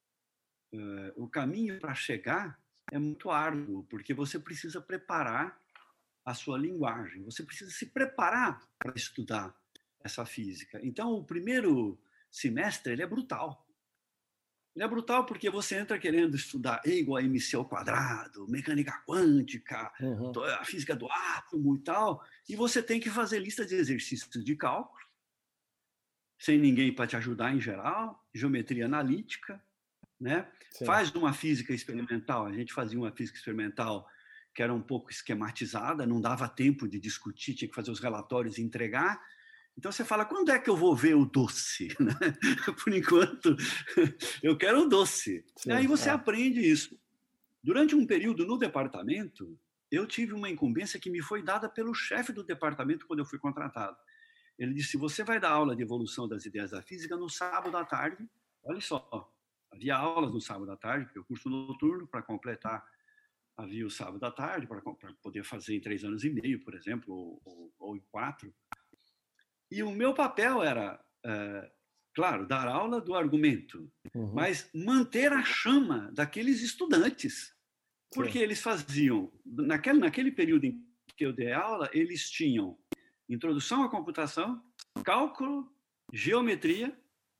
[SPEAKER 2] eh, o caminho para chegar é muito árduo, porque você precisa preparar a sua linguagem, você precisa se preparar para estudar essa física. Então, o primeiro semestre ele é brutal. Ele é brutal porque você entra querendo estudar E igual a mc ao quadrado, mecânica quântica,
[SPEAKER 1] uhum,
[SPEAKER 2] a física do átomo e tal, e você tem que fazer lista de exercícios de cálculo, sem ninguém para te ajudar em geral, geometria analítica, né?
[SPEAKER 1] sim,
[SPEAKER 2] Faz uma física experimental, a gente fazia uma física experimental que era um pouco esquematizada, não dava tempo de discutir, tinha que fazer os relatórios e entregar. Então você fala, quando é que eu vou ver o doce? Por enquanto, eu quero o doce. E aí
[SPEAKER 1] sim,
[SPEAKER 2] você
[SPEAKER 1] é,
[SPEAKER 2] aprende isso. Durante um período no departamento, eu tive uma incumbência que me foi dada pelo chefe do departamento quando eu fui contratado. Ele disse: você vai dar aula de evolução das ideias da física no sábado à tarde. Olha só, havia aulas no sábado à tarde, porque o curso noturno, para completar, havia o sábado à tarde, para poder fazer em três anos e meio, por exemplo, ou, ou, ou em quatro. E o meu papel era, é, claro, dar aula do argumento,
[SPEAKER 1] uhum,
[SPEAKER 2] mas manter a chama daqueles estudantes. Porque
[SPEAKER 1] sim,
[SPEAKER 2] eles faziam, naquele, naquele período em que eu dei aula, eles tinham introdução à computação, cálculo, geometria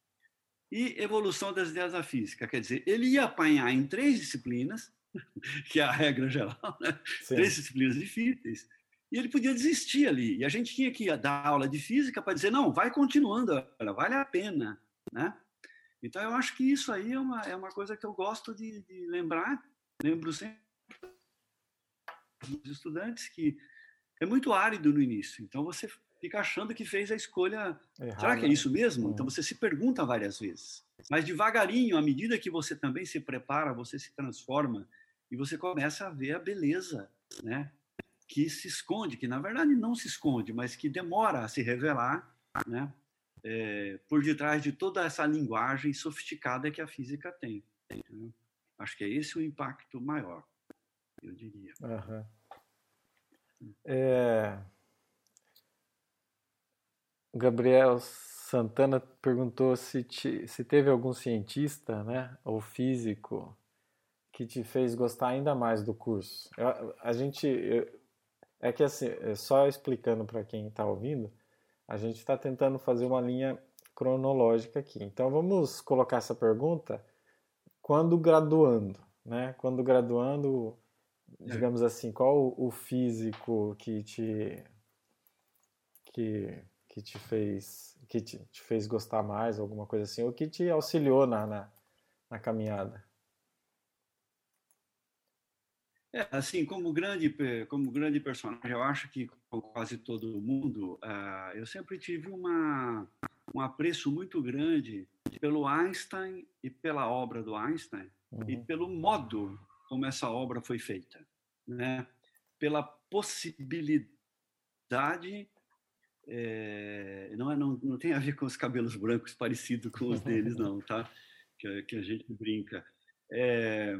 [SPEAKER 2] e evolução das ideias da física. Quer dizer, ele ia apanhar em três disciplinas, que é a regra geral, né?
[SPEAKER 1] sim,
[SPEAKER 2] Três disciplinas difíceis, e ele podia desistir ali. E a gente tinha que dar aula de física para dizer, não, vai continuando, vale a pena. Né? Então, eu acho que isso aí é uma, é uma coisa que eu gosto de, de lembrar, lembro sempre dos estudantes que é muito árido no início. Então você fica achando que fez a escolha. Será que é
[SPEAKER 1] errada,
[SPEAKER 2] isso mesmo? Então
[SPEAKER 1] uhum,
[SPEAKER 2] você se pergunta várias vezes. Mas devagarinho, à medida que você também se prepara, você se transforma e você começa a ver a beleza, né? Que se esconde, que na verdade não se esconde, mas que demora a se revelar, né? É, por detrás de toda essa linguagem sofisticada que a física tem. Né? Acho que é esse o impacto maior, eu diria.
[SPEAKER 1] aham. É, o Gabriel Santana perguntou se, te- se teve algum cientista, né, ou físico que te fez gostar ainda mais do curso. Eu- a gente, eu- é que assim, é só explicando para quem está ouvindo, a gente está tentando fazer uma linha cronológica aqui. Então vamos colocar essa pergunta quando graduando, né? Quando graduando,
[SPEAKER 2] É.
[SPEAKER 1] digamos assim, qual o físico que te que, que te fez que te, te fez gostar mais, alguma coisa assim, ou que te auxiliou na, na, na caminhada?
[SPEAKER 2] É, assim, como grande, como grande personagem, eu acho que, como quase todo mundo, uh, eu sempre tive uma, um apreço muito grande pelo Einstein e pela obra do Einstein e
[SPEAKER 1] Uhum.
[SPEAKER 2] pelo modo como essa obra foi feita, né? Pela possibilidade, é, não, é, não, não tem a ver com os cabelos brancos parecidos com os deles, não, tá? Que, que a gente brinca. É,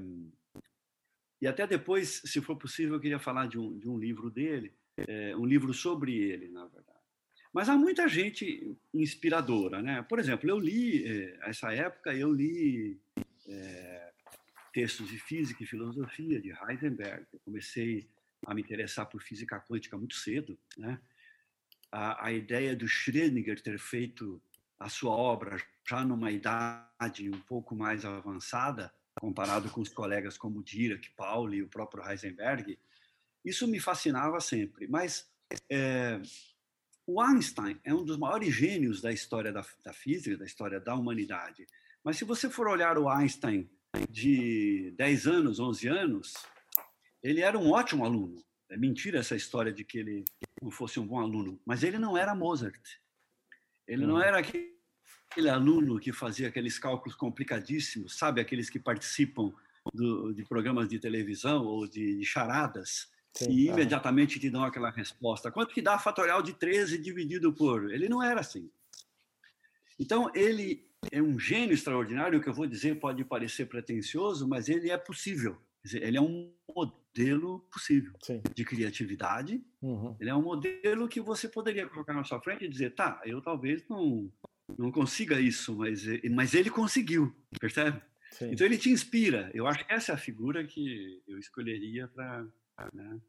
[SPEAKER 2] E até depois, se for possível, eu queria falar de um, de um livro dele, é, um livro sobre ele, na verdade. Mas há muita gente inspiradora, né? Por exemplo, eu li, é, nessa época, eu li é, textos de física e filosofia de Heisenberg. Eu comecei a me interessar por física quântica muito cedo, né? A, a ideia do Schrödinger ter feito a sua obra já numa idade um pouco mais avançada, comparado com os colegas como Dirac, Pauli e o próprio Heisenberg, isso me fascinava sempre. Mas é, o Einstein é um dos maiores gênios da história da, da física, da história da humanidade. Mas se você for olhar o Einstein de dez anos, onze anos, ele era um ótimo aluno. É mentira essa história de que ele não fosse um bom aluno. Mas ele não era Mozart. Ele não
[SPEAKER 1] Uhum.
[SPEAKER 2] era aquele aquele aluno que fazia aqueles cálculos complicadíssimos, sabe? Aqueles que participam do, de programas de televisão ou de, de charadas
[SPEAKER 1] Sim.
[SPEAKER 2] e
[SPEAKER 1] Uhum.
[SPEAKER 2] imediatamente te dão aquela resposta. Quanto que dá a fatorial de treze dividido por... Ele não era assim. Então, ele é um gênio extraordinário, que eu vou dizer pode parecer pretensioso, mas ele é possível. Ele é um modelo possível
[SPEAKER 1] Sim.
[SPEAKER 2] de criatividade.
[SPEAKER 1] Uhum.
[SPEAKER 2] Ele é um modelo que você poderia colocar na sua frente e dizer, tá, eu talvez não não consiga isso, mas, mas ele conseguiu, percebe?
[SPEAKER 1] Sim.
[SPEAKER 2] Então ele te inspira. Eu acho que essa é a figura que eu escolheria para... Né?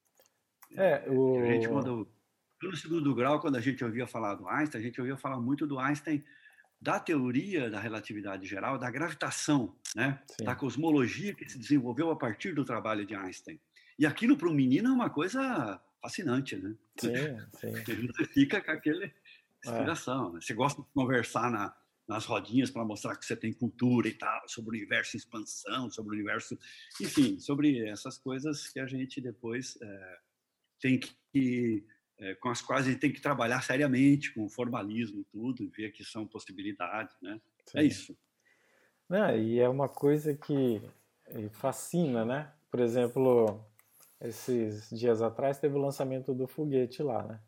[SPEAKER 1] É,
[SPEAKER 2] Que a gente,
[SPEAKER 1] o...
[SPEAKER 2] quando, no segundo grau, quando a gente ouvia falar do Einstein, a gente ouvia falar muito do Einstein, da teoria da relatividade geral, da gravitação, né? Da
[SPEAKER 1] Sim.
[SPEAKER 2] cosmologia que se desenvolveu a partir do trabalho de Einstein. E aquilo para o menino é uma coisa fascinante, né?
[SPEAKER 1] Sim, sim.
[SPEAKER 2] Você fica com aquele
[SPEAKER 1] É.
[SPEAKER 2] inspiração. Né? Você gosta de conversar na, nas rodinhas para mostrar que você tem cultura e tal, sobre o universo em expansão, sobre o universo... Enfim, sobre essas coisas que a gente depois é, tem que... É, com as quais a gente tem que trabalhar seriamente, com formalismo e tudo, e ver que são possibilidades, né? É
[SPEAKER 1] Sim.
[SPEAKER 2] isso.
[SPEAKER 1] Não, e é uma coisa que fascina, né? Por exemplo, esses dias atrás teve o lançamento do foguete lá, né?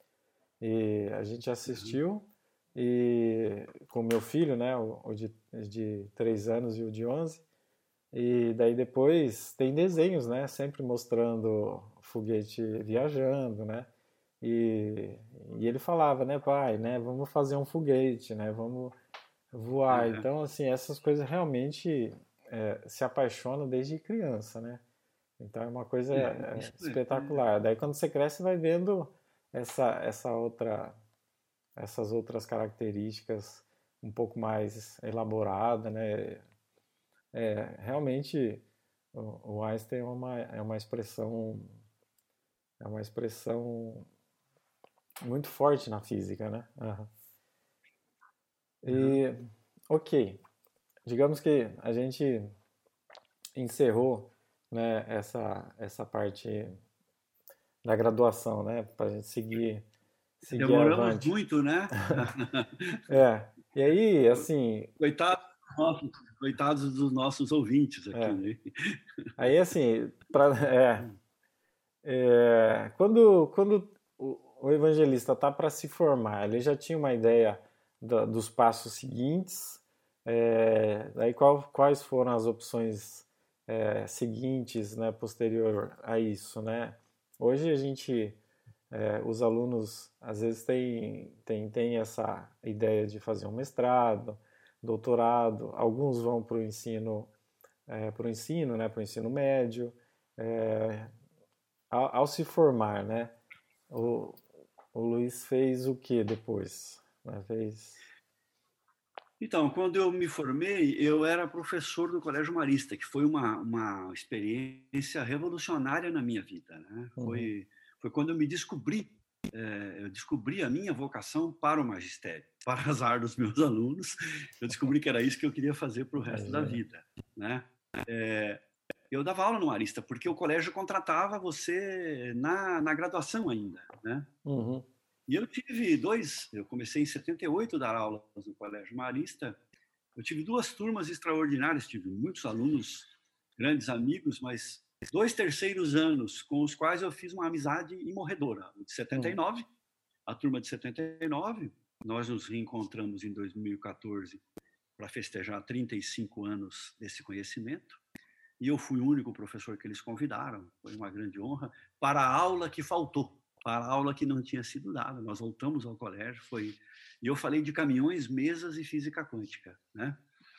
[SPEAKER 1] E a gente
[SPEAKER 2] Uhum.
[SPEAKER 1] assistiu e com meu filho, né, o, o de, de três anos e o de onze. E daí depois tem desenhos, né, sempre mostrando o foguete viajando, né? E, e ele falava, né, pai, né, vamos fazer um foguete, né, vamos voar.
[SPEAKER 2] Uhum.
[SPEAKER 1] Então, assim, essas coisas realmente é, se apaixonam desde criança, né? Então é uma coisa
[SPEAKER 2] É,
[SPEAKER 1] é,
[SPEAKER 2] isso é, é,
[SPEAKER 1] espetacular. Daí quando você cresce, vai vendo essa, essa outra, essas outras características um pouco mais elaborada, né? É, realmente o, o Einstein é uma, é uma expressão é uma expressão muito forte na física, né? Aham.
[SPEAKER 2] uhum.
[SPEAKER 1] E ok, digamos que a gente encerrou, né, essa, essa parte da graduação, né, para a gente seguir, seguir
[SPEAKER 2] Demoramos
[SPEAKER 1] avante.
[SPEAKER 2] muito, né?
[SPEAKER 1] É, e aí, assim,
[SPEAKER 2] Coitados dos nossos, coitados dos nossos ouvintes aqui,
[SPEAKER 1] é,
[SPEAKER 2] né?
[SPEAKER 1] aí assim, pra, é, é, quando, quando o, o evangelista está para se formar, ele já tinha uma ideia da- dos passos seguintes, é, daí qual, quais foram as opções é, seguintes, né, posterior a isso, né? Hoje a gente, é, os alunos às vezes têm, têm, têm essa ideia de fazer um mestrado, doutorado, alguns vão para o ensino, é, para o ensino, né, para o ensino médio, é, ao, ao se formar, né, o, o Luiz fez o que depois? Né, fez...
[SPEAKER 2] Então, quando eu me formei, eu era professor do Colégio Marista, que foi uma, uma experiência revolucionária na minha vida, né?
[SPEAKER 1] Uhum,
[SPEAKER 2] Foi, foi quando eu me descobri, é, eu descobri a minha vocação para o magistério. Para azar dos meus alunos, eu descobri que era isso que eu queria fazer para o resto da
[SPEAKER 1] imagina.
[SPEAKER 2] vida, né? É, eu dava aula no Marista, porque o colégio contratava você na, na graduação ainda, né?
[SPEAKER 1] Uhum.
[SPEAKER 2] E eu tive dois, eu comecei em setenta e oito a dar aulas no Colégio Marista, eu tive duas turmas extraordinárias, tive muitos alunos, grandes amigos, mas dois terceiros anos com os quais eu fiz uma amizade imorredora. O de setenta e nove, uhum. A turma de setenta e nove, nós nos reencontramos em dois mil e quatorze para festejar trinta e cinco anos desse conhecimento. E eu fui o único professor que eles convidaram, foi uma grande honra, para a aula que faltou, para a aula que não tinha sido dada. Nós voltamos ao colégio, foi... e eu falei de caminhões, mesas e física quântica, né?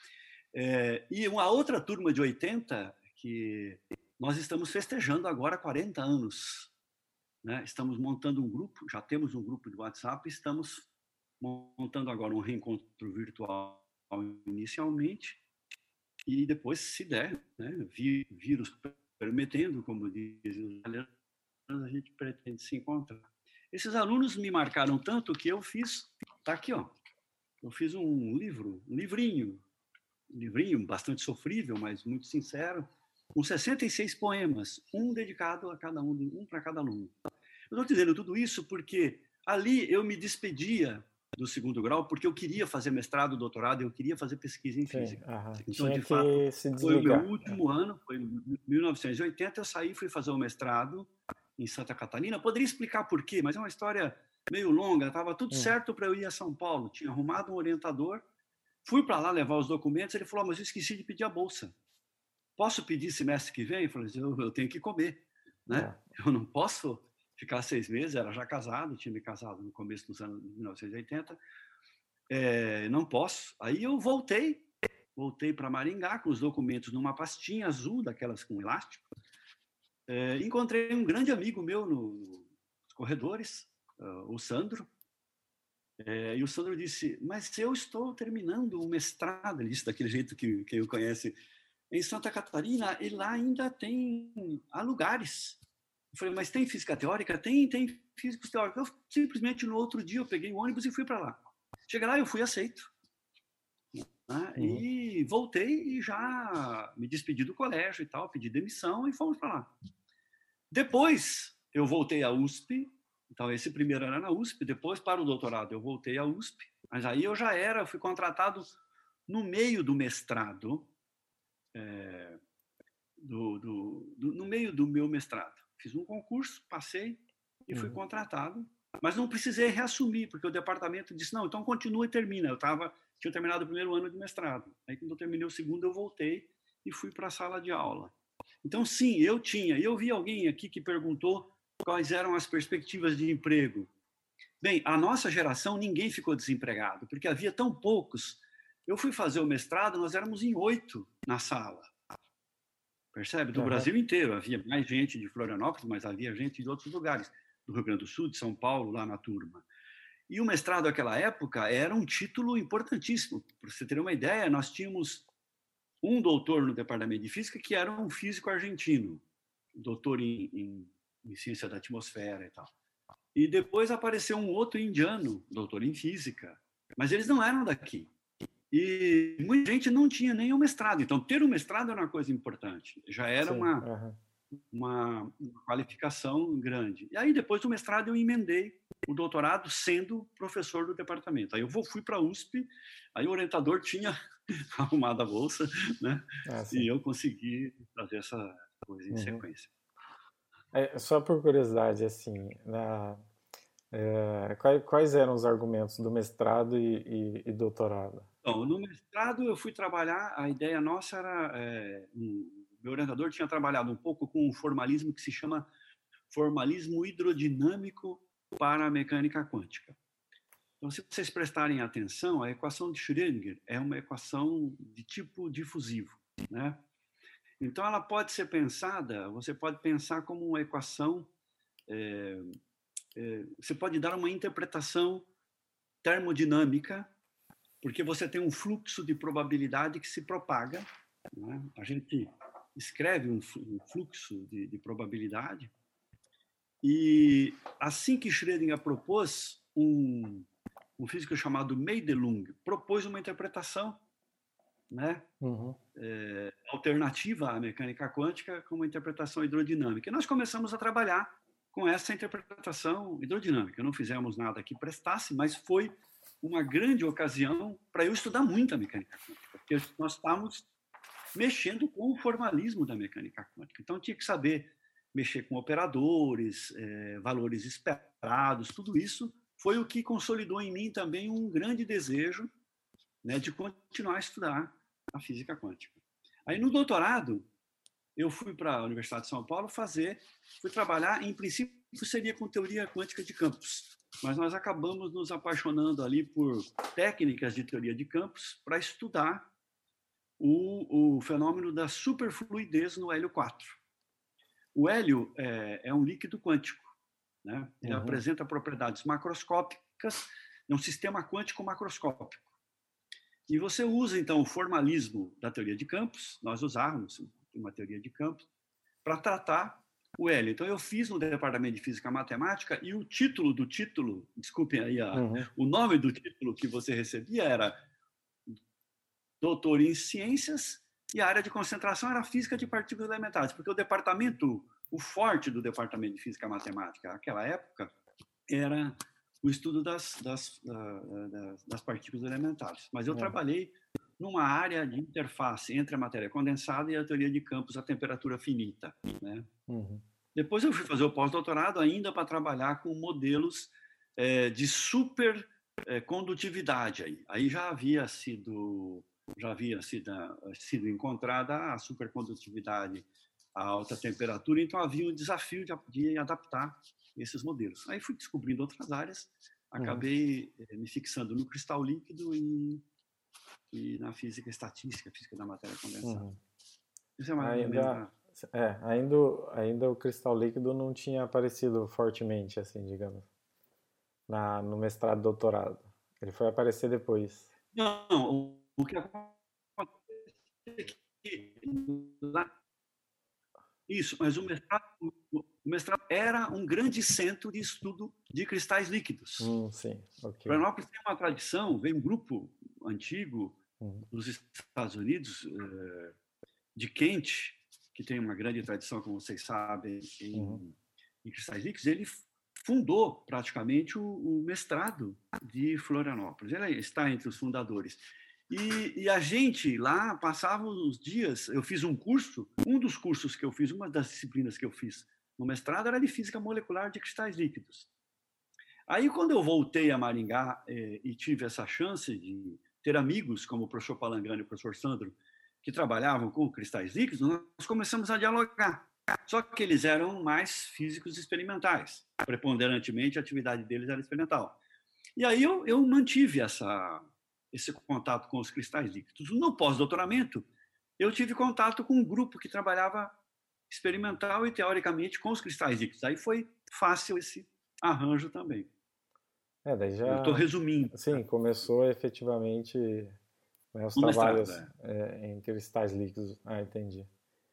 [SPEAKER 2] É, e uma outra turma de oitenta, que nós estamos festejando agora quarenta anos, né? Estamos montando um grupo, já temos um grupo de WhatsApp, estamos montando agora um reencontro virtual inicialmente, e depois, se der, né, vírus permitendo, como dizem os italianos, a gente pretende se encontrar. Esses alunos me marcaram tanto que eu fiz, tá aqui, ó, eu fiz um livro, um livrinho, um livrinho bastante sofrível, mas muito sincero, com sessenta e seis poemas, um dedicado a cada um, um para cada aluno. Eu estou dizendo tudo isso porque ali eu me despedia do segundo grau, porque eu queria fazer mestrado, doutorado, eu queria fazer pesquisa em
[SPEAKER 1] Sim,
[SPEAKER 2] física.
[SPEAKER 1] aham.
[SPEAKER 2] Então,
[SPEAKER 1] Tinha
[SPEAKER 2] de fato,
[SPEAKER 1] que se
[SPEAKER 2] foi o meu
[SPEAKER 1] desligar.
[SPEAKER 2] último ano, foi em mil novecentos e oitenta, eu saí e fui fazer o mestrado em Santa Catarina. Poderia explicar por quê, mas é uma história meio longa. Estava tudo hum. certo para eu ir a São Paulo, tinha arrumado um orientador, fui para lá levar os documentos, ele falou, oh, mas eu esqueci de pedir a bolsa. Posso pedir semestre que vem? Eu falei, eu, eu tenho que comer, né? É. Eu não posso ficar seis meses, era já casado, tinha me casado no começo dos anos de mil novecentos e oitenta, é, não posso. Aí eu voltei, voltei para Maringá com os documentos numa pastinha azul, daquelas com elástico. É, encontrei um grande amigo meu no, nos corredores, uh, o Sandro, é, e o Sandro disse, mas eu estou terminando um mestrado, ele disse daquele jeito que quem o conhece, em Santa Catarina, e lá ainda tem, há lugares. Eu falei, mas tem física teórica? Tem, tem físicos teóricos. Eu, simplesmente, no outro dia, eu peguei o ônibus e fui para lá. Cheguei lá, eu fui aceito. Né? Uhum. E voltei e já me despedi do colégio e tal, pedi demissão e fomos para lá. Depois, eu voltei à U S P. Então, esse primeiro era na U S P. Depois, para o doutorado, eu voltei à U S P. Mas aí eu já era, fui contratado no meio do mestrado, é, do, do, do, no meio do meu mestrado. Fiz um concurso, passei e fui uhum. contratado, mas não precisei reassumir, porque o departamento disse, não, então continua e termina. Eu tava, tinha terminado o primeiro ano de mestrado. Aí, quando eu terminei o segundo, eu voltei e fui para a sala de aula. Então, sim, eu tinha. Eu vi alguém aqui que perguntou quais eram as perspectivas de emprego. Bem, a nossa geração, ninguém ficou desempregado, porque havia tão poucos. Eu fui fazer o mestrado, nós éramos em oito na sala. Percebe? Do uhum. Brasil inteiro. Havia mais gente de Florianópolis, mas havia gente de outros lugares. Do Rio Grande do Sul, de São Paulo, lá na turma. E o mestrado naquela época era um título importantíssimo. Para você ter uma ideia, nós tínhamos um doutor no departamento de física que era um físico argentino, doutor em, em, em ciência da atmosfera e tal. E depois apareceu um outro indiano, doutor em física, mas eles não eram daqui. E muita gente não tinha nem o mestrado. Então, ter um mestrado era uma coisa importante. Já era Sim, uma, uhum. uma, uma qualificação grande. E aí, depois do mestrado, eu emendei o doutorado sendo professor do departamento. Aí eu fui para a U S P, aí o orientador tinha arrumado a bolsa, né? Ah, e eu consegui fazer essa coisa em uhum. sequência.
[SPEAKER 1] É, só por curiosidade, assim, na, é, quais, quais eram os argumentos do mestrado e, e, e doutorado?
[SPEAKER 2] Então, no mestrado eu fui trabalhar, a ideia nossa era, é, um, meu orientador tinha trabalhado um pouco com um formalismo que se chama formalismo hidrodinâmico para a mecânica quântica. Então, se vocês prestarem atenção, a equação de Schrödinger é uma equação de tipo difusivo, né? Então, ela pode ser pensada, você pode pensar como uma equação, é, é, você pode dar uma interpretação termodinâmica, porque você tem um fluxo de probabilidade que se propaga, né? A gente escreve um fluxo de, de probabilidade, e assim que Schrödinger propôs, um, um físico chamado Meidelung propôs uma interpretação né,
[SPEAKER 1] Uhum.
[SPEAKER 2] é, alternativa à mecânica quântica como interpretação hidrodinâmica. E nós começamos a trabalhar com essa interpretação hidrodinâmica. Não fizemos nada que prestasse, mas foi uma grande ocasião para eu estudar muito a mecânica quântica, porque nós estávamos mexendo com o formalismo da mecânica quântica. Então, tinha que saber mexer com operadores, é, valores esperados, tudo isso foi o que consolidou em mim também um grande desejo, né, de continuar a estudar a física quântica. Aí, no doutorado, eu fui para a Universidade de São Paulo fazer, fui trabalhar, em princípio, seria com teoria quântica de campos, mas nós acabamos nos apaixonando ali por técnicas de teoria de campos para estudar o, o fenômeno da superfluidez no hélio quatro. O hélio é, é um líquido quântico, né? Ele uhum. apresenta propriedades macroscópicas, é um sistema quântico macroscópico. E você usa, então, o formalismo da teoria de campos, nós usávamos uma teoria de campos, para tratar o hélio. Então, eu fiz no Departamento de Física Matemática e o título do título, desculpem aí, a, uhum. o nome do título que você recebia era doutor em Ciências e a área de concentração era Física de Partículas Elementares, porque o departamento, o forte do Departamento de Física Matemática naquela época era o estudo das, das, das, das partículas elementares. Mas eu é. trabalhei numa área de interface entre a matéria condensada e a teoria de campos a temperatura finita, né? Uhum. Depois eu fui fazer o pós-doutorado ainda para trabalhar com modelos é, de supercondutividade. Aí. aí já havia sido já havia sido, sido encontrada a supercondutividade a alta temperatura, então havia um desafio de, de adaptar esses modelos. Aí fui descobrindo outras áreas, acabei uhum. me fixando no cristal líquido e, e na física estatística, física da matéria condensada. Uhum. Isso é mais
[SPEAKER 1] ainda, ou menos... é, ainda, ainda o cristal líquido não tinha aparecido fortemente, assim, digamos, na, no mestrado e doutorado. Ele foi aparecer depois.
[SPEAKER 2] Não, o que acontece é que lá... Isso, mas o mestrado, o mestrado era um grande centro de estudo de cristais líquidos.
[SPEAKER 1] Hum, sim, ok.
[SPEAKER 2] Florianópolis tem uma tradição, vem um grupo antigo uhum. dos Estados Unidos, de Kent, que tem uma grande tradição, como vocês sabem, em, uhum. em cristais líquidos. Ele fundou praticamente o, o mestrado de Florianópolis. Ele está entre os fundadores. E, e a gente lá passava os dias, eu fiz um curso, um dos cursos que eu fiz, uma das disciplinas que eu fiz no mestrado era de física molecular de cristais líquidos. Aí, quando eu voltei a Maringá eh, e tive essa chance de ter amigos, como o professor Palangani e o professor Sandro, que trabalhavam com cristais líquidos, nós começamos a dialogar. Só que eles eram mais físicos experimentais. Preponderantemente, a atividade deles era experimental. E aí eu, eu mantive essa... esse contato com os cristais líquidos. No pós-doutoramento, eu tive contato com um grupo que trabalhava experimental e teoricamente com os cristais líquidos. Aí foi fácil esse arranjo também.
[SPEAKER 1] É, daí já...
[SPEAKER 2] Eu estou resumindo.
[SPEAKER 1] Sim, começou efetivamente, né, os no trabalhos mestrado, é. É, em cristais líquidos. Ah, entendi.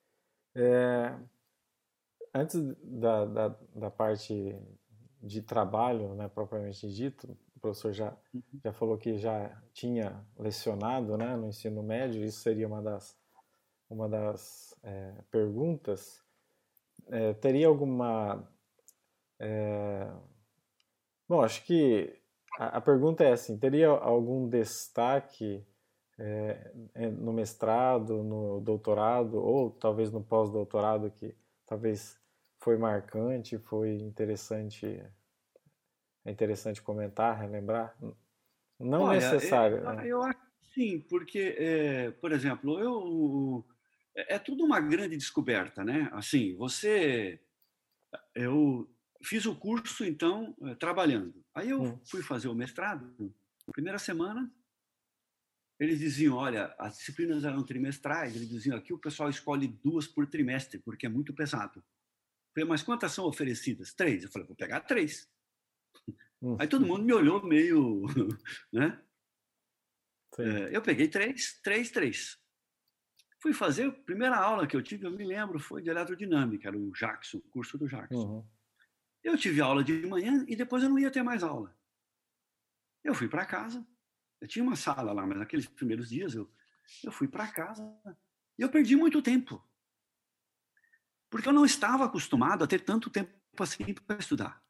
[SPEAKER 1] É, antes da, da, da parte de trabalho, né, propriamente dito, o professor já, uhum. já falou que já tinha lecionado, né, no ensino médio, isso seria uma das, uma das é, perguntas. É, teria alguma... É, bom, acho que a, a pergunta é assim, teria algum destaque é, no mestrado, no doutorado, ou talvez no pós-doutorado que talvez foi marcante, foi interessante... É interessante comentar, relembrar? Não
[SPEAKER 2] Olha,
[SPEAKER 1] necessário.
[SPEAKER 2] Eu,
[SPEAKER 1] né?
[SPEAKER 2] eu acho que sim, porque, é, por exemplo, eu, é tudo uma grande descoberta, né? Assim, você... Eu fiz o curso, então, trabalhando. Aí eu hum. fui fazer o mestrado. Na primeira semana, eles diziam, olha, as disciplinas eram trimestrais. Eles diziam, aqui o pessoal escolhe duas por trimestre, porque é muito pesado. Eu falei, mas quantas são oferecidas? Três. Eu falei, vou pegar três. Aí todo mundo me olhou meio, né? É, eu peguei três, três, três. Fui fazer, a primeira aula que eu tive, eu me lembro, foi de eletrodinâmica, era o Jackson, o curso do Jackson. Uhum. Eu tive aula de manhã e depois eu não ia ter mais aula. Eu fui para casa, eu tinha uma sala lá, mas naqueles primeiros dias eu eu fui para casa e eu perdi muito tempo. Porque eu não estava acostumado a ter tanto tempo assim para estudar.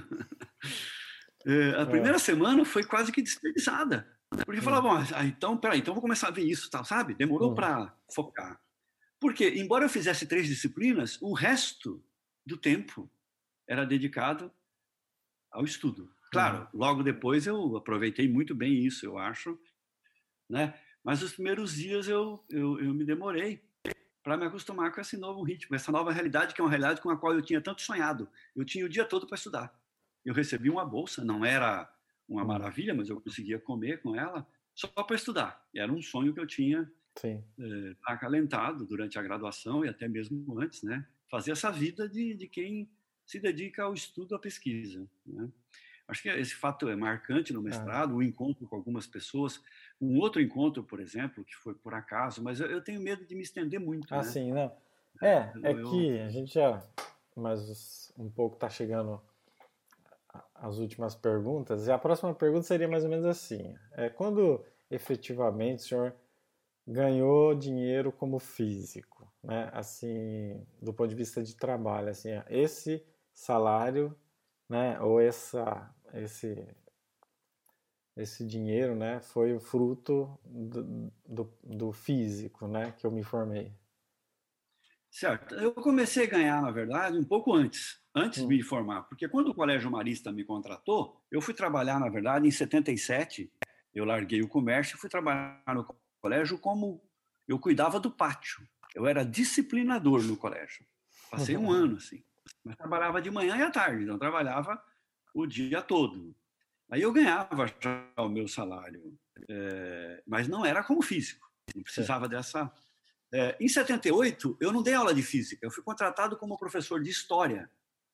[SPEAKER 2] A primeira é. semana foi quase que desperdiçada. Porque eu falava, bom, ah, então, peraí, então vou começar a ver isso, tal, sabe? Demorou uhum. para focar. Porque, embora eu fizesse três disciplinas, o resto do tempo era dedicado ao estudo. Claro, uhum. logo depois eu aproveitei muito bem isso, eu acho, né? Mas os primeiros dias eu, eu, eu me demorei para me acostumar com esse novo ritmo, essa nova realidade, que é uma realidade com a qual eu tinha tanto sonhado. Eu tinha o dia todo para estudar. Eu recebi uma bolsa, não era uma maravilha, mas eu conseguia comer com ela só para estudar. E era um sonho que eu tinha eh, acalentado durante a graduação e até mesmo antes, né? Fazer essa vida de, de quem se dedica ao estudo, à pesquisa, né? Acho que esse fato é marcante no mestrado, o ah. encontro com algumas pessoas. Um outro encontro, por exemplo, que foi por acaso, mas eu, eu tenho medo de me estender muito.
[SPEAKER 1] Ah,
[SPEAKER 2] né?
[SPEAKER 1] sim, não. É, é
[SPEAKER 2] eu,
[SPEAKER 1] que a gente já, mas um pouco está chegando às últimas perguntas, e a próxima pergunta seria mais ou menos assim. É, quando efetivamente o senhor ganhou dinheiro como físico, né? Assim, do ponto de vista de trabalho, assim, esse salário, né? Ou essa, esse, esse dinheiro, né? Foi o fruto do, do, do físico, né? Que eu me formei.
[SPEAKER 2] Certo. Eu comecei a ganhar, na verdade, um pouco antes, antes hum. de me formar, porque quando o Colégio Marista me contratou, eu fui trabalhar, na verdade, em setenta e sete, eu larguei o comércio e fui trabalhar no colégio como eu cuidava do pátio. Eu era disciplinador no colégio. Passei um ano, assim. Mas trabalhava de manhã e à tarde, então trabalhava o dia todo. Aí eu ganhava já o meu salário, é, mas não era como físico. Não precisava Sim. dessa... É, em setenta e oito, eu não dei aula de física, eu fui contratado como professor de história.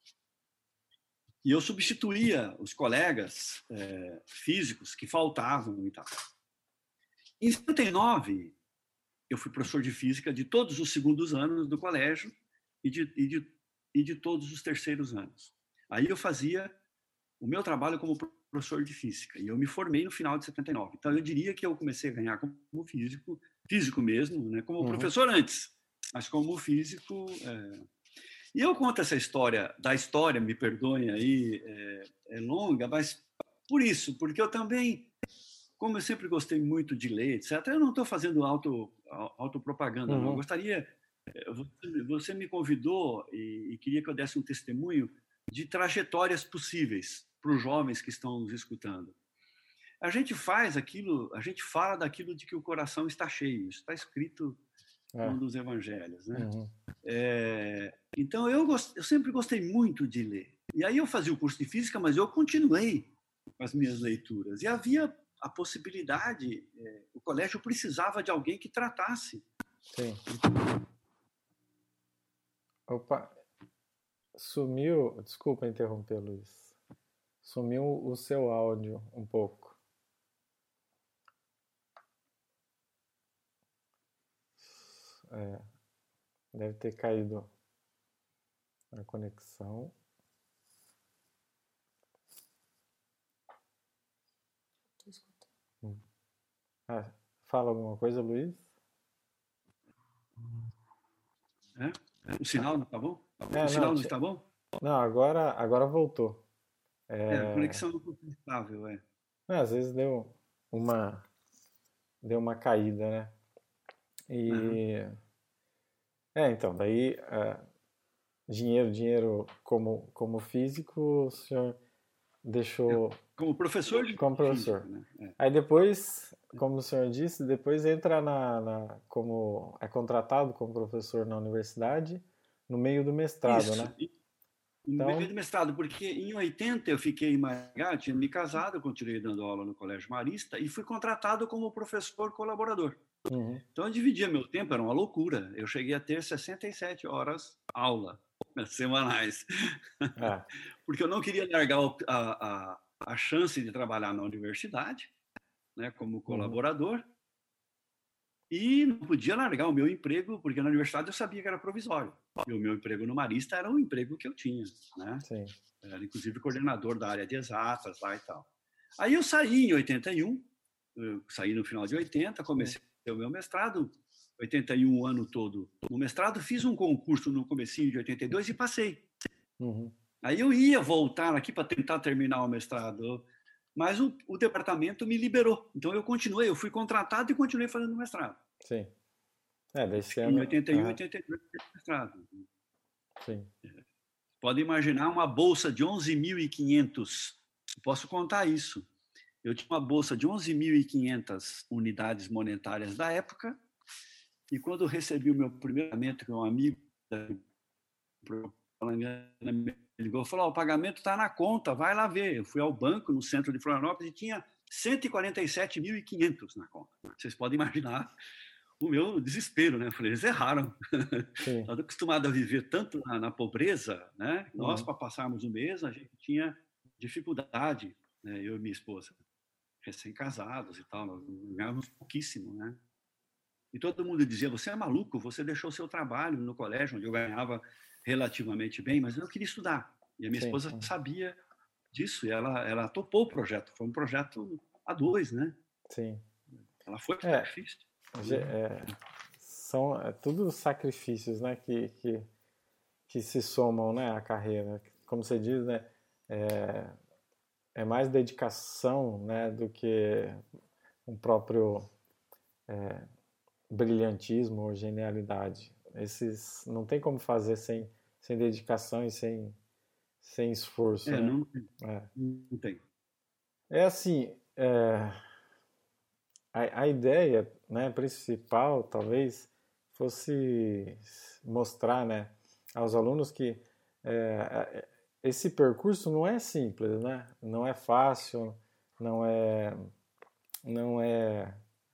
[SPEAKER 2] E eu substituía os colegas é, físicos que faltavam e tal. Em setenta e nove, eu fui professor de física de todos os segundos anos do colégio e de, e de, e de todos os terceiros anos. Aí eu fazia o meu trabalho como professor de física, e eu me formei no final de setenta e nove. Então, eu diria que eu comecei a ganhar como físico, físico mesmo, né? Como uhum. professor antes, mas como físico... É... E eu conto essa história, da história, me perdoem aí, é, é longa, mas por isso, porque eu também, como eu sempre gostei muito de ler, etcétera, eu não estou fazendo auto, autopropaganda, uhum. não. Eu gostaria... Você me convidou e, e queria que eu desse um testemunho de trajetórias possíveis para os jovens que estão nos escutando. A gente faz aquilo, a gente fala daquilo de que o coração está cheio. Isso está escrito é. num dos evangelhos, né? Uhum. É, então, eu, gost, eu sempre gostei muito de ler. E aí eu fazia o curso de física, mas eu continuei com as minhas leituras. E havia a possibilidade, é, o colégio precisava de alguém que tratasse.
[SPEAKER 1] Sim. Opa, sumiu, desculpa interromper, Luiz. Sumiu o seu áudio um pouco. É, deve ter caído a conexão. Tô escutando. Hum. Ah, fala alguma coisa, Luiz?
[SPEAKER 2] É? O sinal não está bom? É, o sinal não, não está bom?
[SPEAKER 1] Não, agora, agora voltou.
[SPEAKER 2] É, é a conexão não está estável, é.
[SPEAKER 1] Não, às vezes deu uma, deu uma caída, né? E... Uhum. É, então, daí... Uh, dinheiro, dinheiro como, como físico, o senhor deixou...
[SPEAKER 2] É, como professor de
[SPEAKER 1] Como professor.
[SPEAKER 2] Física, né? É.
[SPEAKER 1] Aí depois, como o senhor disse, depois entra na, na... como é contratado como professor na universidade, no meio do mestrado,
[SPEAKER 2] Isso.
[SPEAKER 1] né?
[SPEAKER 2] No então... meio do mestrado, porque em oitenta eu fiquei em Maringá, tinha me casado, eu continuei dando aula no Colégio Marista e fui contratado como professor colaborador. Uhum. Então eu dividia meu tempo, era uma loucura. Eu cheguei a ter sessenta e sete horas aula semanais. É. Porque eu não queria largar a, a, a chance de trabalhar na universidade, né, como colaborador, uhum. e não podia largar o meu emprego, porque na universidade eu sabia que era provisório. E o meu emprego no Marista era um emprego que eu tinha, né?
[SPEAKER 1] Sim.
[SPEAKER 2] Era inclusive coordenador da área de exatas lá e tal. Aí eu saí em oitenta e um, eu saí no final de oitenta, comecei o meu mestrado, oitenta e um, o ano todo no mestrado, fiz um concurso no comecinho de oitenta e dois e passei.
[SPEAKER 1] Uhum.
[SPEAKER 2] Aí eu ia voltar aqui para tentar terminar o mestrado, mas o, o departamento me liberou. Então eu continuei, eu fui contratado e continuei fazendo mestrado.
[SPEAKER 1] Sim. É, desse
[SPEAKER 2] Em
[SPEAKER 1] ano.
[SPEAKER 2] oitenta e um,
[SPEAKER 1] Uhum.
[SPEAKER 2] oitenta e dois, mestrado.
[SPEAKER 1] Sim.
[SPEAKER 2] Pode imaginar uma bolsa de onze mil e quinhentos. Posso contar isso. Eu tinha uma bolsa de onze mil e quinhentas unidades monetárias da época, e quando eu recebi o meu primeiro pagamento, que um amigo me ligou e falou: oh, o pagamento está na conta, vai lá ver. Eu fui ao banco no centro de Florianópolis e tinha cento e quarenta e sete mil e quinhentos na conta. Vocês podem imaginar o meu desespero, né? Eu falei, eles erraram. Estava acostumado a viver tanto na, na pobreza, né? Nós, uhum. para passarmos um mês, a gente tinha dificuldade, né? Eu e minha esposa, recém-casados e tal, nós ganhávamos pouquíssimo, né? E todo mundo dizia, você é maluco, você deixou seu trabalho no colégio, onde eu ganhava relativamente bem, mas eu queria estudar. E a minha Sim. esposa sabia disso, e ela, ela topou o projeto. Foi um projeto a dois, né?
[SPEAKER 1] Sim.
[SPEAKER 2] Ela foi
[SPEAKER 1] é,
[SPEAKER 2] difícil.
[SPEAKER 1] É, são é, tudo sacrifícios, né, que, que, que se somam, né, à carreira. Como você diz, né, é, é mais dedicação, né, do que um próprio é, brilhantismo ou genialidade. Esses não tem como fazer sem, sem dedicação e sem, sem esforço,
[SPEAKER 2] é,
[SPEAKER 1] né?
[SPEAKER 2] Não tem.
[SPEAKER 1] É.
[SPEAKER 2] Não tem.
[SPEAKER 1] É assim, é, a, a ideia, né, principal, talvez, fosse mostrar, né, aos alunos que é, esse percurso não é simples, né? Não é fácil, não é, não é,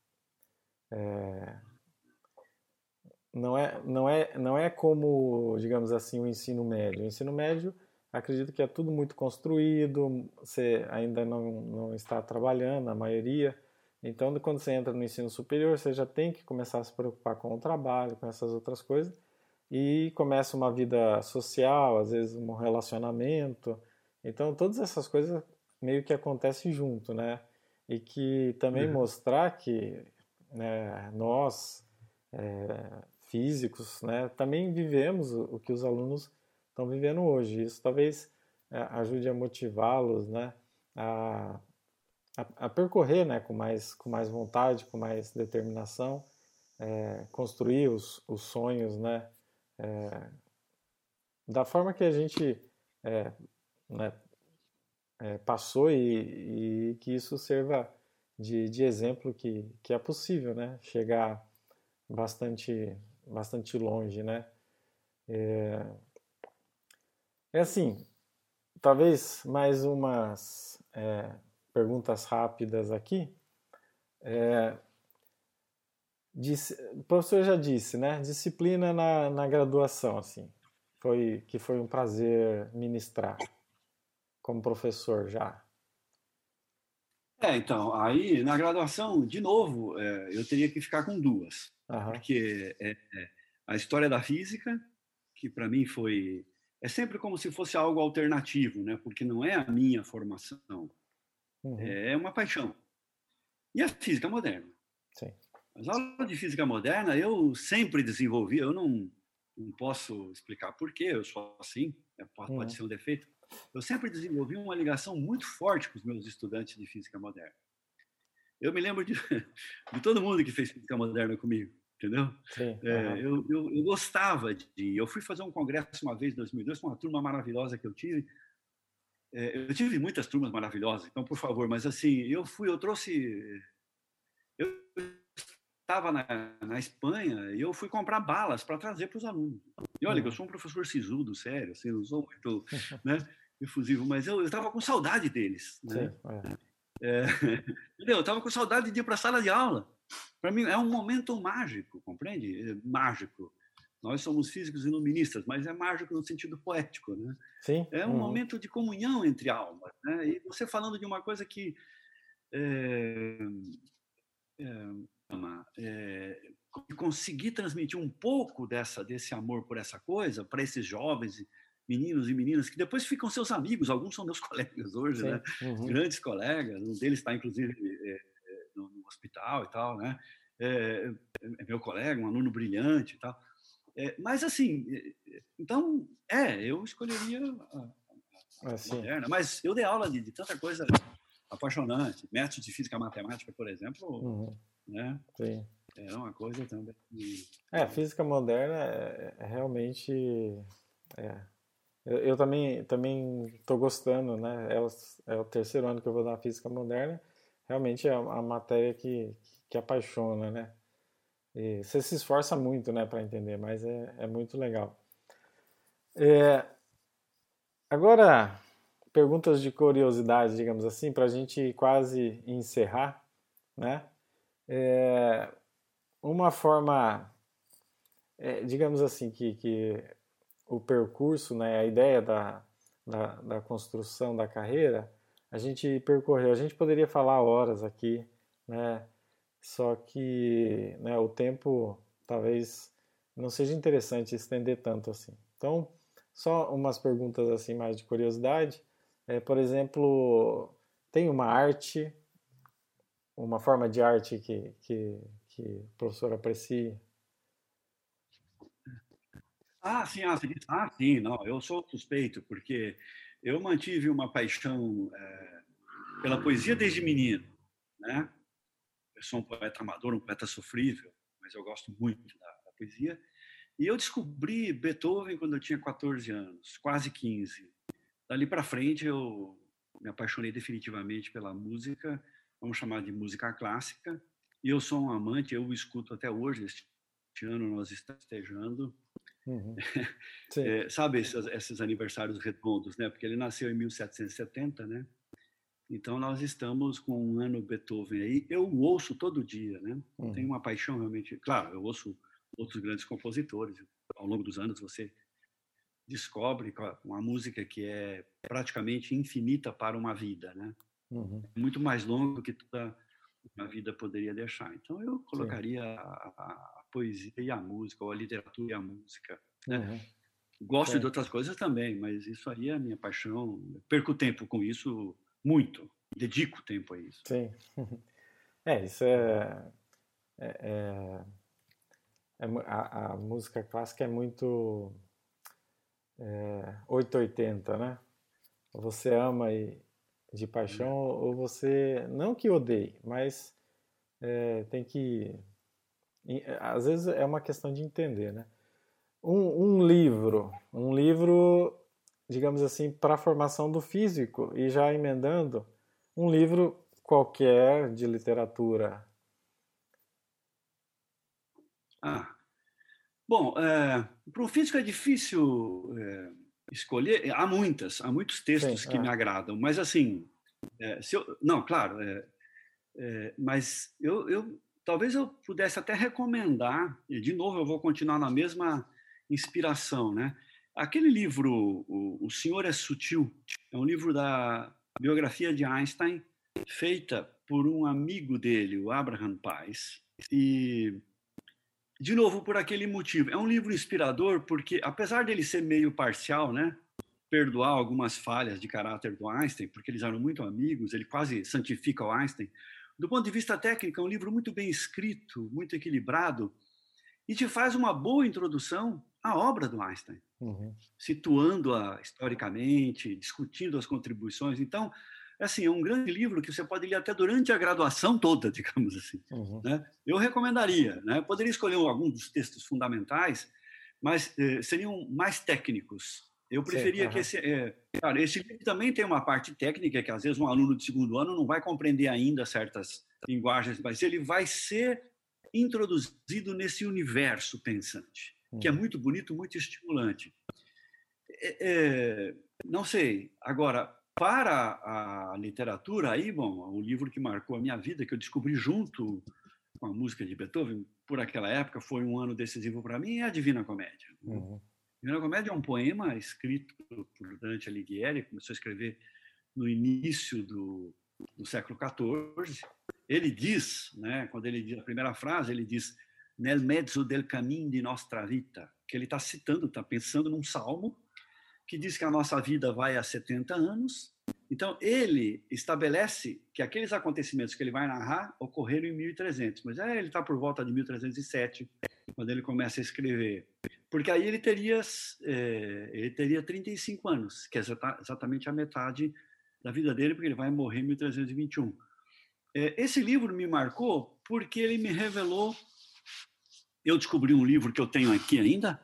[SPEAKER 1] é não é, não é, não é como, digamos assim, o ensino médio. O ensino médio, acredito que é tudo muito construído, você ainda não, não está trabalhando, a maioria. Então, quando você entra no ensino superior, você já tem que começar a se preocupar com o trabalho, com essas outras coisas, e começa uma vida social, às vezes um relacionamento. Então, todas essas coisas meio que acontecem junto, né? E que também uhum. mostrar que né, nós, é, físicos, né, também vivemos o que os alunos estão vivendo hoje. Isso talvez é, ajude a motivá-los, né, a A, a percorrer, né, com mais com mais vontade, com mais determinação, é, construir os, os sonhos, né, é, da forma que a gente é, né, é, passou e, e que isso sirva de, de exemplo que, que é possível, né, chegar bastante bastante longe, né. É, é assim, talvez mais umas é, perguntas rápidas aqui. É, disse, o professor já disse, né? Disciplina na, na graduação, assim, foi que foi um prazer ministrar como professor já.
[SPEAKER 2] É, então, aí na graduação, de novo, é, eu teria que ficar com duas, uhum. porque é, é, a história da física, que para mim foi, é sempre como se fosse algo alternativo, né? Porque não é a minha formação, uhum. é uma paixão. E a física moderna.
[SPEAKER 1] Sim.
[SPEAKER 2] As aulas de física moderna eu sempre desenvolvi, eu não, não posso explicar por quê, eu sou assim, pode uhum. ser um defeito. Eu sempre desenvolvi uma ligação muito forte com os meus estudantes de física moderna. Eu me lembro de, de todo mundo que fez física moderna comigo, entendeu?
[SPEAKER 1] Sim,
[SPEAKER 2] é,
[SPEAKER 1] uhum.
[SPEAKER 2] eu, eu, eu gostava de... Eu fui fazer um congresso uma vez, em dois mil e dois, com uma turma maravilhosa que eu tive. É, eu tive muitas turmas maravilhosas, então, por favor, mas assim, eu fui, eu trouxe... Eu estava na, na Espanha e eu fui comprar balas para trazer para os alunos. E olha, uhum. eu sou um professor sisudo, sério, assim, não sou muito né, efusivo, mas eu estava com saudade deles. Né? Sim, é. É, entendeu? Eu estava com saudade de ir para a sala de aula. Para mim é um momento mágico, compreende? É mágico. Nós somos físicos iluministas, mas é mágico no sentido poético. Né?
[SPEAKER 1] Sim.
[SPEAKER 2] É um
[SPEAKER 1] uhum.
[SPEAKER 2] momento de comunhão entre almas. Né? E você falando de uma coisa que... É, é, É, conseguir transmitir um pouco dessa, desse amor por essa coisa para esses jovens meninos e meninas que depois ficam seus amigos, alguns são meus colegas hoje, Sim. né? Uhum. Grandes colegas, um deles está inclusive é, é, no, no hospital e tal, né? é, é meu colega, um aluno brilhante e tal. É, mas, assim, então, é, eu escolheria a, a
[SPEAKER 1] Assim.
[SPEAKER 2] moderna. Mas eu dei aula de, de tanta coisa apaixonante. Métodos de física matemática, por exemplo,
[SPEAKER 1] Uhum.
[SPEAKER 2] né?
[SPEAKER 1] Sim.
[SPEAKER 2] É uma coisa também.
[SPEAKER 1] É, física moderna é, é realmente. É. Eu, eu também também estou gostando, né? É o, é o terceiro ano que eu vou dar física moderna. Realmente é a, a matéria que, que apaixona, né? E você se esforça muito, né, para entender, mas é, é muito legal. É, agora, perguntas de curiosidade, digamos assim, para a gente quase encerrar, né? É, uma forma, é, digamos assim, que, que o percurso, né, a ideia da, da, da construção da carreira, a gente percorreu. A gente poderia falar horas aqui, né? Só que, né, o tempo talvez não seja interessante estender tanto assim. Então, só umas perguntas assim mais de curiosidade. É, por exemplo, tem uma arte, uma forma de arte que, que, que o professor aprecie?
[SPEAKER 2] Ah, sim, ah, você disse, ah, sim, não, eu sou suspeito, porque eu mantive uma paixão é, pela poesia desde menino, né? Eu sou um poeta amador, um poeta sofrível, mas eu gosto muito da, da poesia. E eu descobri Beethoven quando eu tinha quatorze anos, quase quinze. Dali para frente eu me apaixonei definitivamente pela música, vamos chamar de música clássica. E eu sou um amante, eu o escuto até hoje. Este ano nós estamos festejando,
[SPEAKER 1] Uhum. Sim.
[SPEAKER 2] é, sabe, esses, esses aniversários redondos, né? Porque ele nasceu em mil setecentos e setenta, né? Então nós estamos com um ano Beethoven aí. Eu o ouço todo dia, né? Eu tenho
[SPEAKER 1] Uhum.
[SPEAKER 2] uma paixão realmente. Claro, eu ouço outros grandes compositores. Ao longo dos anos você descobre uma música que é praticamente infinita para uma vida, né?
[SPEAKER 1] Uhum.
[SPEAKER 2] É muito mais longo do que toda uma vida poderia deixar. Então eu
[SPEAKER 1] Sim.
[SPEAKER 2] colocaria a, a, a poesia e a música, ou a literatura e a música, né?
[SPEAKER 1] Uhum.
[SPEAKER 2] Gosto de
[SPEAKER 1] Certo.
[SPEAKER 2] outras coisas também, mas isso aí é a minha paixão. Eu perco tempo com isso muito. Dedico tempo a isso.
[SPEAKER 1] Sim. É, isso é, é, é, é a, a música clássica é muito é, oitocentos e oitenta, né? Você ama e, de paixão ou você não que odeie, mas é, tem que às vezes é uma questão de entender, né? Um, um livro, um livro, digamos assim, para a formação do físico e já emendando um livro qualquer de literatura.
[SPEAKER 2] Ah, bom, é, para o físico é difícil é, escolher. Há muitas, há muitos
[SPEAKER 1] Sim,
[SPEAKER 2] textos que me
[SPEAKER 1] ah,
[SPEAKER 2] agradam, mas assim, é, se eu, não, claro, é, é, mas eu, eu talvez eu pudesse até recomendar, e de novo eu vou continuar na mesma inspiração, né? Aquele livro, O, o Senhor é Sutil, é um livro da biografia de Einstein, feita por um amigo dele, o Abraham Pais, e de novo por aquele motivo. É um livro inspirador porque, apesar dele ser meio parcial, né? Perdoar algumas falhas de caráter do Einstein, porque eles eram muito amigos, ele quase santifica o Einstein. Do ponto de vista técnico, é um livro muito bem escrito, muito equilibrado, e te faz uma boa introdução à obra do Einstein,
[SPEAKER 1] uhum,
[SPEAKER 2] situando-a historicamente, discutindo as contribuições. Então, assim, é um grande livro que você pode ler até durante a graduação toda, digamos assim.
[SPEAKER 1] uhum.
[SPEAKER 2] Né? Eu recomendaria. Né? Eu poderia escolher alguns dos textos fundamentais, mas eh, seriam mais técnicos. Eu
[SPEAKER 1] Sim,
[SPEAKER 2] preferia que
[SPEAKER 1] aham,
[SPEAKER 2] esse... É, cara, esse livro também tem uma parte técnica que, às vezes, um aluno de segundo ano não vai compreender ainda certas linguagens, mas ele vai ser introduzido nesse universo pensante, que é
[SPEAKER 1] uhum,
[SPEAKER 2] muito bonito, muito estimulante. É, é, não sei. Agora, para a literatura, aí, bom, o livro que marcou a minha vida, que eu descobri junto com a música de Beethoven, por aquela época, foi um ano decisivo para mim, é a Divina Comédia. Né?
[SPEAKER 1] uhum,
[SPEAKER 2] Divina Comédia é um poema escrito por Dante Alighieri, começou a escrever no início do, do século quatorze. Ele diz, né, quando ele diz a primeira frase, ele diz nel mezzo del camin di nostra vita, que ele está citando, está pensando num salmo que diz que a nossa vida vai a setenta anos Então, ele estabelece que aqueles acontecimentos que ele vai narrar ocorreram em mil e trezentos, mas é, ele está por volta de mil trezentos e sete, quando ele começa a escrever. Porque aí ele teria, é, ele teria trinta e cinco anos, que é exatamente a metade da vida dele, porque ele vai morrer em mil trezentos e vinte e um. É, esse livro me marcou porque ele me revelou... Eu descobri um livro que eu tenho aqui ainda.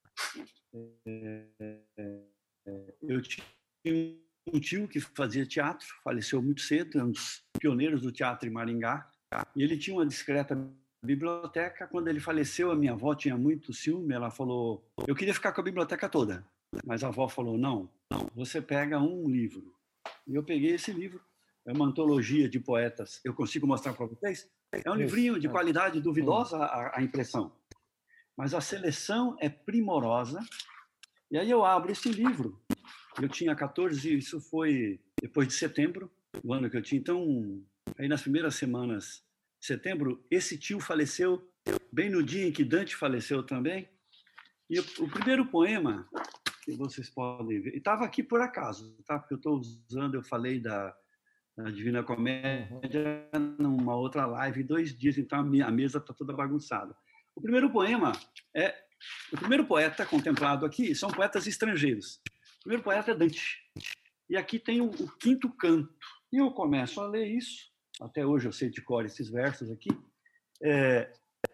[SPEAKER 2] Eu tinha um tio que fazia teatro, faleceu muito cedo, é um dos pioneiros do teatro em Maringá, e ele tinha uma discreta biblioteca. Quando ele faleceu, a minha avó tinha muito ciúme, ela falou, eu queria ficar com a biblioteca toda, mas a avó falou, não, não, você pega um livro. E eu peguei esse livro, é uma antologia de poetas, eu consigo mostrar para vocês? É um livrinho de qualidade duvidosa, a, a impressão, mas a seleção é primorosa. E aí eu abro esse livro, eu tinha quatorze, isso foi depois de setembro, o ano que eu tinha. Então, aí nas primeiras semanas de setembro, esse tio faleceu, bem no dia em que Dante faleceu também. E o, o primeiro poema, que vocês podem ver, e estava aqui por acaso, tá? Porque eu estou usando, eu falei da, da Divina Comédia uhum. numa outra live, dois dias, então a, minha, a mesa está toda bagunçada. O primeiro poema é... O primeiro poeta contemplado aqui são poetas estrangeiros. O primeiro poeta é Dante. E aqui tem o, o quinto canto. E eu começo a ler isso. Até hoje eu sei de cor esses versos aqui. É,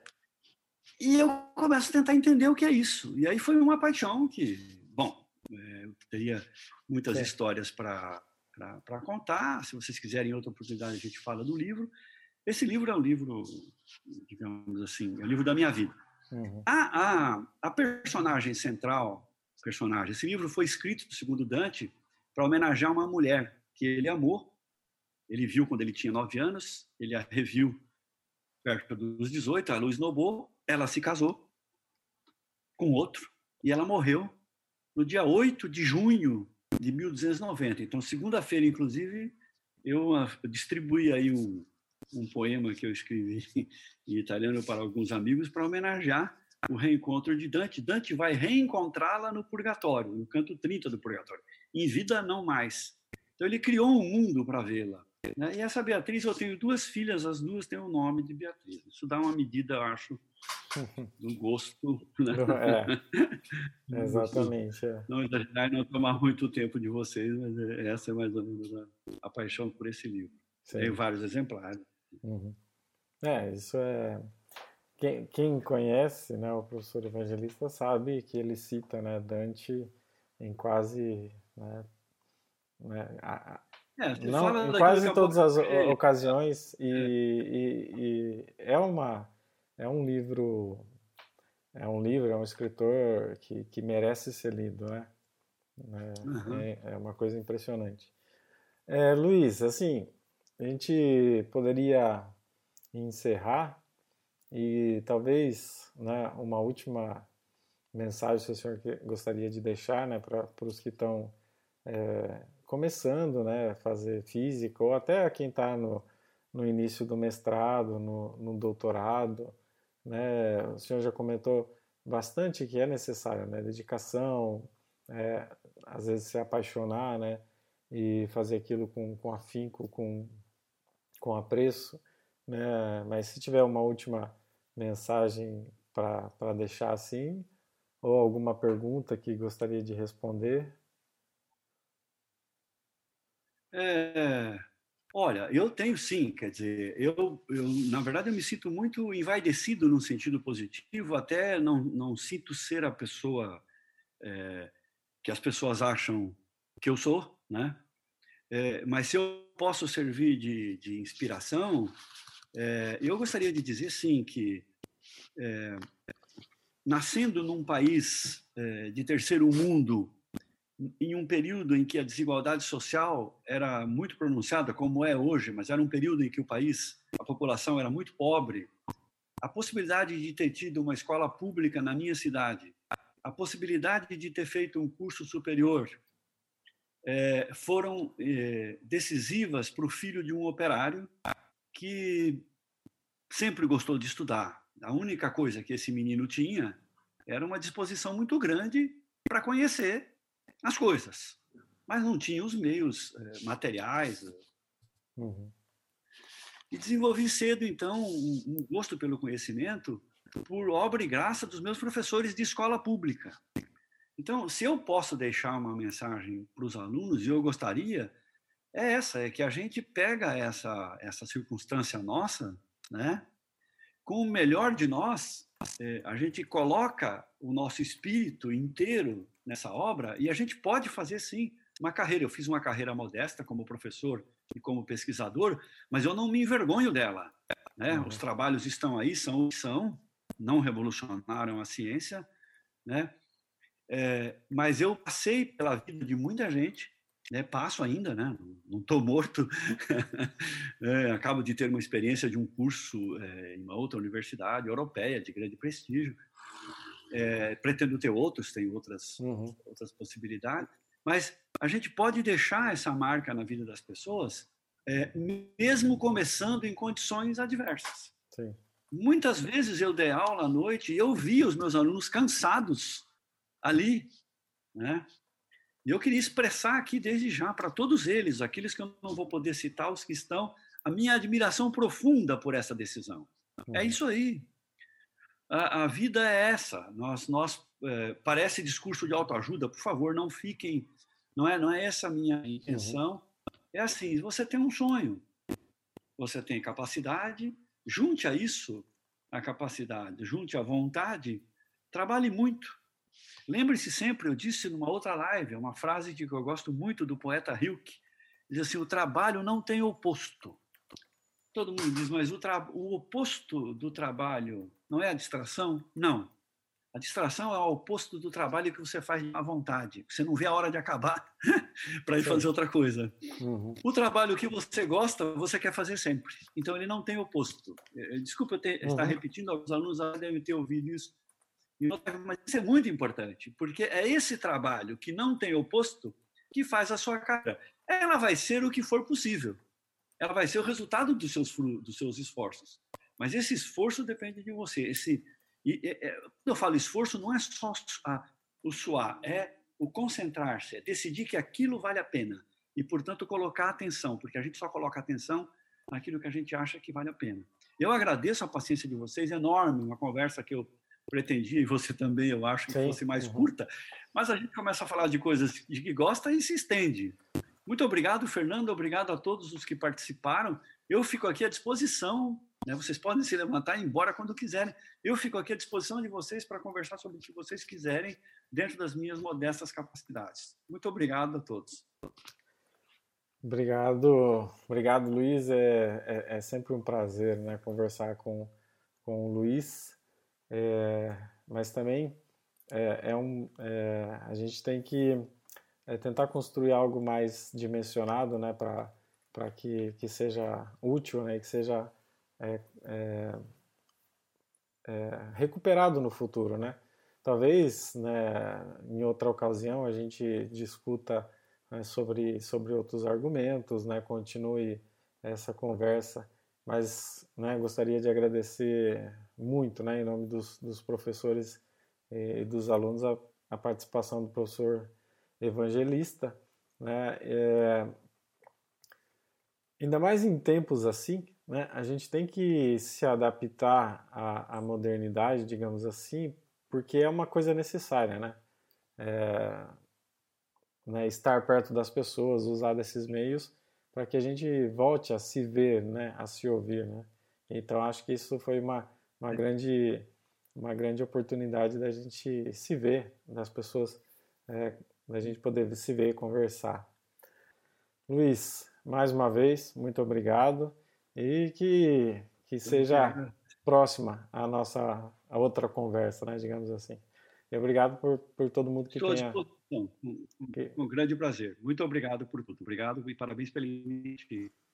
[SPEAKER 2] e eu começo a tentar entender o que é isso. E aí foi uma paixão que, bom, é, eu teria muitas é. histórias para contar. Se vocês quiserem outra oportunidade, a gente fala do livro. Esse livro é um livro, digamos assim, é um livro da minha vida. Uhum. A, a, a personagem central, personagem, esse livro foi escrito, segundo Dante, para homenagear uma mulher que ele amou. Ele viu quando ele tinha nove anos, ele a reviu perto dos dezoito, a luz nobou, ela se casou com outro e ela morreu no dia oito de junho de mil duzentos e noventa. Então, segunda-feira, inclusive, eu distribuí aí um, um poema que eu escrevi em italiano para alguns amigos para homenagear o reencontro de Dante. Dante vai reencontrá-la no Purgatório, no canto trinta do Purgatório. Em vida, não mais. Então, ele criou um mundo para vê-la. Né? E essa Beatriz, eu tenho duas filhas, as duas têm o nome de Beatriz. Isso dá uma medida, eu acho, do gosto. Né?
[SPEAKER 1] É, exatamente. É.
[SPEAKER 2] Não exagerar e não tomar muito tempo de vocês, mas essa é mais ou menos a, a paixão por esse livro. Sim. Tem vários exemplares.
[SPEAKER 1] Uhum. É, isso é... Quem, quem conhece, né, o professor Evangelista sabe que ele cita, né, Dante em quase... Né, né, a,
[SPEAKER 2] é,
[SPEAKER 1] não, em quase todas as é, ocasiões é, e, é. E, e é uma é um livro é um livro é um escritor que, que merece ser lido, né? É, uhum. é, é uma coisa impressionante. É, Luiz, assim, a gente poderia encerrar e talvez, né, uma última mensagem que o senhor gostaria de deixar, né, para os que estão é, começando, né, a fazer física, ou até quem está no, no início do mestrado, no, no doutorado, né, o senhor já comentou bastante que é necessário, né, dedicação, é, às vezes se apaixonar, né, e fazer aquilo com, com afinco, com, com apreço, né, mas se tiver uma última mensagem para deixar assim, ou alguma pergunta que gostaria de responder.
[SPEAKER 2] É, olha, eu tenho sim, quer dizer, eu, eu, na verdade eu me sinto muito envaidecido no sentido positivo, até não, não sinto ser a pessoa é, que as pessoas acham que eu sou, né? É, mas se eu posso servir de, de inspiração, é, eu gostaria de dizer sim que é, nascendo num país é, de terceiro mundo, em um período em que a desigualdade social era muito pronunciada, como é hoje, mas era um período em que o país, a população era muito pobre, a possibilidade de ter tido uma escola pública na minha cidade, a possibilidade de ter feito um curso superior, é, foram é, decisivas para o filho de um operário que sempre gostou de estudar. A única coisa que esse menino tinha era uma disposição muito grande para conhecer as coisas. mas não tinha os meios eh, materiais.
[SPEAKER 1] Uhum.
[SPEAKER 2] E desenvolvi cedo, então, um, um gosto pelo conhecimento por obra e graça dos meus professores de escola pública. Então, se eu posso deixar uma mensagem para os alunos, e eu gostaria, é essa, é que a gente pega essa, essa circunstância nossa, né, com o melhor de nós, é, a gente coloca o nosso espírito inteiro nessa obra e a gente pode fazer, sim, uma carreira. Eu fiz uma carreira modesta como professor e como pesquisador, mas eu não me envergonho dela, né? Uhum. Os trabalhos estão aí, são o que são, não revolucionaram a ciência, né? É, mas eu passei pela vida de muita gente, né? Passo ainda, né? Não estou morto. É, acabo de ter uma experiência de um curso é, em uma outra universidade europeia de grande prestígio. É, pretendo ter outros, tem outras, uhum. outras possibilidades. Mas a gente pode deixar essa marca na vida das pessoas, é, mesmo começando em condições adversas.
[SPEAKER 1] Sim.
[SPEAKER 2] Muitas vezes eu dei aula à noite e eu vi os meus alunos cansados ali, né? E eu queria expressar aqui desde já para todos eles, aqueles que eu não vou poder citar, os que estão, a minha admiração profunda por essa decisão. Uhum. É isso aí. A, a vida é essa. Nós, nós é, parece discurso de autoajuda. Por favor, não fiquem. Não é, não é essa a minha intenção. Uhum. É assim: você tem um sonho, você tem capacidade, junte a isso a capacidade, junte a vontade, trabalhe muito. Lembre-se sempre, eu disse numa outra live, uma frase que eu gosto muito do poeta Rilke, diz assim: o trabalho não tem oposto. Todo mundo diz, mas o, tra... o oposto do trabalho não é a distração? Não. A distração é o oposto do trabalho que você faz à vontade. Você não vê a hora de acabar para ir fazer outra coisa. Uhum. O trabalho que você gosta, você quer fazer sempre. Então, ele não tem oposto. Desculpa eu ter, uhum. estar repetindo, alguns alunos devem ter ouvido isso. Mas isso é muito importante, porque é esse trabalho que não tem oposto que faz a sua carreira. Ela vai ser o que for possível. Ela vai ser o resultado dos seus, dos seus esforços. Mas esse esforço depende de você. Esse, e, é, quando eu falo esforço, não é só a, o suar, é o concentrar-se, é decidir que aquilo vale a pena. E, portanto, colocar atenção, porque a gente só coloca atenção naquilo que a gente acha que vale a pena. Eu agradeço a paciência de vocês, enorme, uma conversa que eu pretendia, e você também, eu acho que Sim. fosse mais uhum. curta, mas a gente começa a falar de coisas de que gosta e se estende. Muito obrigado, Fernando, obrigado a todos os que participaram. Eu fico aqui à disposição, né? Vocês podem se levantar e ir embora quando quiserem. Eu fico aqui à disposição de vocês para conversar sobre o que vocês quiserem, dentro das minhas modestas capacidades. Muito obrigado a todos.
[SPEAKER 1] Obrigado, obrigado, Luiz. É, é, é sempre um prazer, né, conversar com, com o Luiz. É, mas também é, é um, é, a gente tem que é, tentar construir algo mais dimensionado, né, para que, que seja útil, né, que seja é, é, é, recuperado no futuro, né? Talvez, né, em outra ocasião a gente discuta, né, sobre, sobre outros argumentos, né, continue essa conversa, mas, né, gostaria de agradecer muito, né, em nome dos, dos professores e dos alunos, a, a participação do professor Evangelista, né, é, ainda mais em tempos assim, né, a gente tem que se adaptar à, à modernidade, digamos assim, porque é uma coisa necessária, né, é, né, estar perto das pessoas, usar desses meios para que a gente volte a se ver, né, a se ouvir, né. Então acho que isso foi uma, uma grande uma grande oportunidade da gente se ver, das pessoas, é, da gente poder se ver e conversar. Luiz, mais uma vez, muito obrigado e que, que seja próxima a nossa a outra conversa, né, digamos assim. E obrigado por, por todo mundo que
[SPEAKER 2] Estou
[SPEAKER 1] tenha...
[SPEAKER 2] Um, um, um grande prazer. Muito obrigado por tudo. Obrigado e parabéns pela iniciativa.